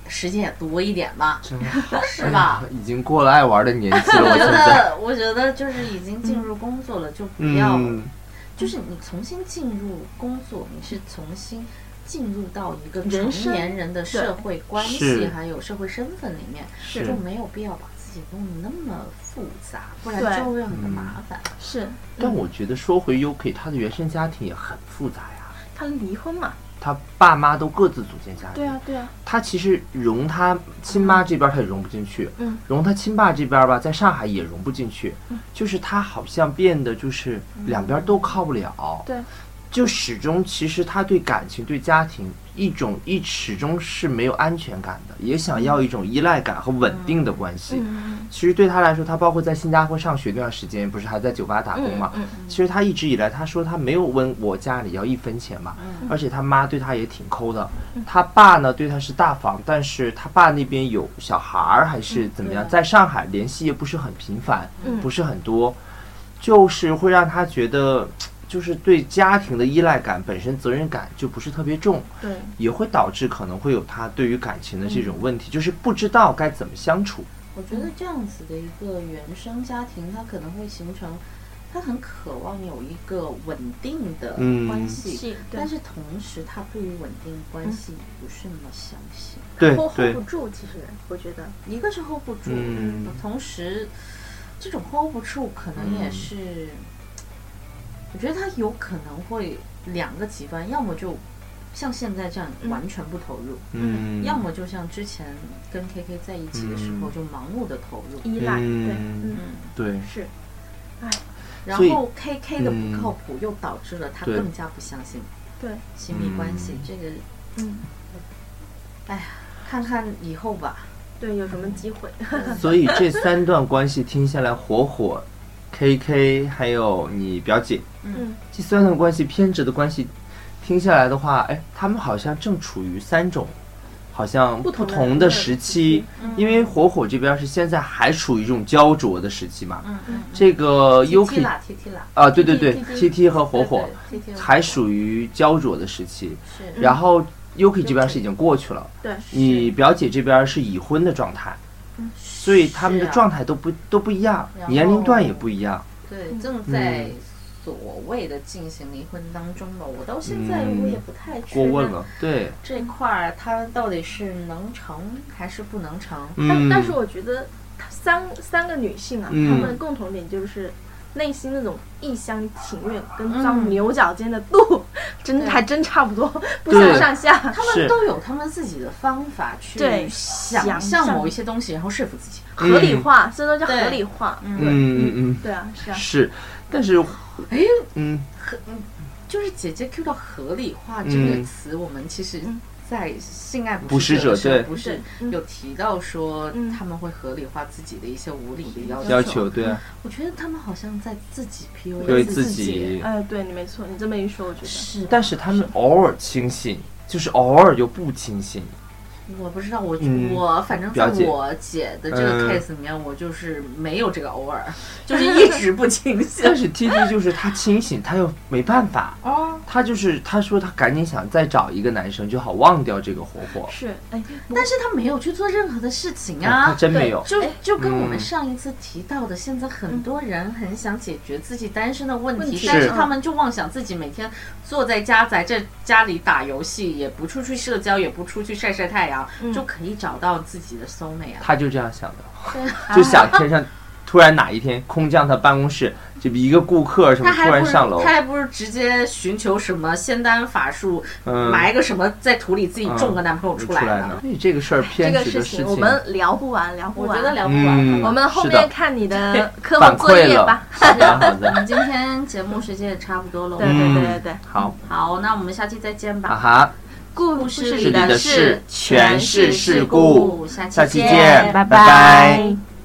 时间也多一点嘛， 真好， 是吧？ 已经过了爱玩的年纪了。 我觉现在得，我觉得就是已经进入工作了，就不要， 嗯、 就是你重新进入工作，你是重新进入到一个成年人的社会关系还有社会身份里面，就没有必要把自己弄得那么复杂，不然就会很麻烦。 嗯、是， 但我觉得说回 U K， 他的原生家庭也很复杂呀。 他离婚嘛， 他爸妈都各自组建家庭。 对啊，对啊。 他其实融他亲妈这边他也融不进去， 嗯， 融他亲爸这边吧，在上海也融不进去， 嗯， 就是他好像变得就是两边都靠不了。 嗯、对。 就始终其实他对感情对家庭一种一始终是没有安全感的，也想要一种依赖感和稳定的关系。 嗯、 其实对他来说，他包括在新加坡上学那段时间，不是还在酒吧打工嘛？ 嗯嗯、 其实他一直以来他说他没有问我家里要一分钱嘛， 嗯、 而且他妈对他也挺抠的。嗯、他爸呢对他是大方，但是他爸那边有小孩儿还是怎么样，嗯、在上海联系也不是很频繁， 嗯、 不是很多，就是会让他觉得。就是对家庭的依赖感本身责任感就不是特别重， 对， 也会导致可能会有他对于感情的这种问题，嗯、就是不知道该怎么相处。 我觉得这样子的一个原生家庭，它可能会形成，他很渴望有一个稳定的关系， 嗯、 但是同时他对于稳定关系不是那么相信， 对、 嗯、hold 不住。其实我觉得一个是 hold 不住， 嗯、 同时这种 hold 不住可能也是。嗯我觉得他有可能会两个极端，要么就像现在这样完全不投入， 嗯， 要么就像之前跟 K K 在一起的时候就盲目的投入， 依赖， 嗯、 对， 嗯，对， 是，哎， 然后 K K 的不靠谱又导致了他更加不相信， 对， 亲密关系、嗯、这个， 嗯， 哎呀，看看以后吧， 对，有什么机会？ 所以这三段关系听下来，火火。K K 还有你表姐， 嗯， 这三段关系偏执的关系，听下来的话，哎，他们好像正处于三种，好像不同的时期。 嗯、 因为火火这边是现在还处于这种焦灼的时期嘛， 嗯嗯， 这个 U K 啊，对对对 ，T T 和火火还属于焦灼的时期， 是， 然后 U K 这边是已经过去了， 对， 你表姐这边是已婚的状态。 嗯、 所以他们的状态都不、啊、都不一样，年龄段也不一样。 对，正在所谓的进行离婚当中了。我到现在我也不太确认过问了，对这块儿他到底是能成还是不能成？ 嗯、 但但是我觉得三三个女性啊， 嗯、 她们的共同点就是内心那种一厢情愿跟钻牛角尖的度，嗯、真还真差不多，不相上下。 他们都有他们自己的方法去想象某一些东西，然后说服自己， 合理化，这都叫合理化。 嗯嗯嗯， 对啊，是啊。 是，但是， 哎， 嗯， 合，就是姐姐 Q 到合理化这个词，嗯、我们其实。在性爱不适者对， 不是有提到说他们会合理化自己的一些无理的要求。 要求对啊， 我觉得他们好像在自己 P U A 自己。 哎，对你没错，你这么一说，我觉得是。 但是他们偶尔轻信，就是偶尔又不轻信。 我不知道，我、 嗯、 我反正在我姐的这个 case 里面，嗯、我就是没有这个偶尔，就是一直不清醒。 但是 T T 就是他清醒，他又没办法。 哦， 他就是他说他赶紧想再找一个男生，就好忘掉这个火火。 是，哎， 但是他没有去做任何的事情啊， 哦、他真没有。 就就跟我们上一次提到的，嗯、现在很多人很想解决自己单身的问题， 是但是他们就妄想自己每天坐在家在这家里打游戏，也不出去社交，也不出去晒晒太阳，嗯、就可以找到自己的 soul mate 啊。 他就这样想的，就想天上突然哪一天空降他办公室，就一个顾客什么突然上楼， 他还不是直接寻求什么仙丹法术，嗯、埋个什么在土里自己种个男朋友出来呢？ 所以、嗯、这个事儿偏执的事情，我们聊不完，聊不完， 我觉得聊不完。 嗯、 我们后面看你的科目作业吧。 好的，好的。 我们今天节目时间也差不多了。 对对对对对。 好， 好，那我们下期再见吧。 啊哈。 故事里的事全是事故， 下期见，拜拜。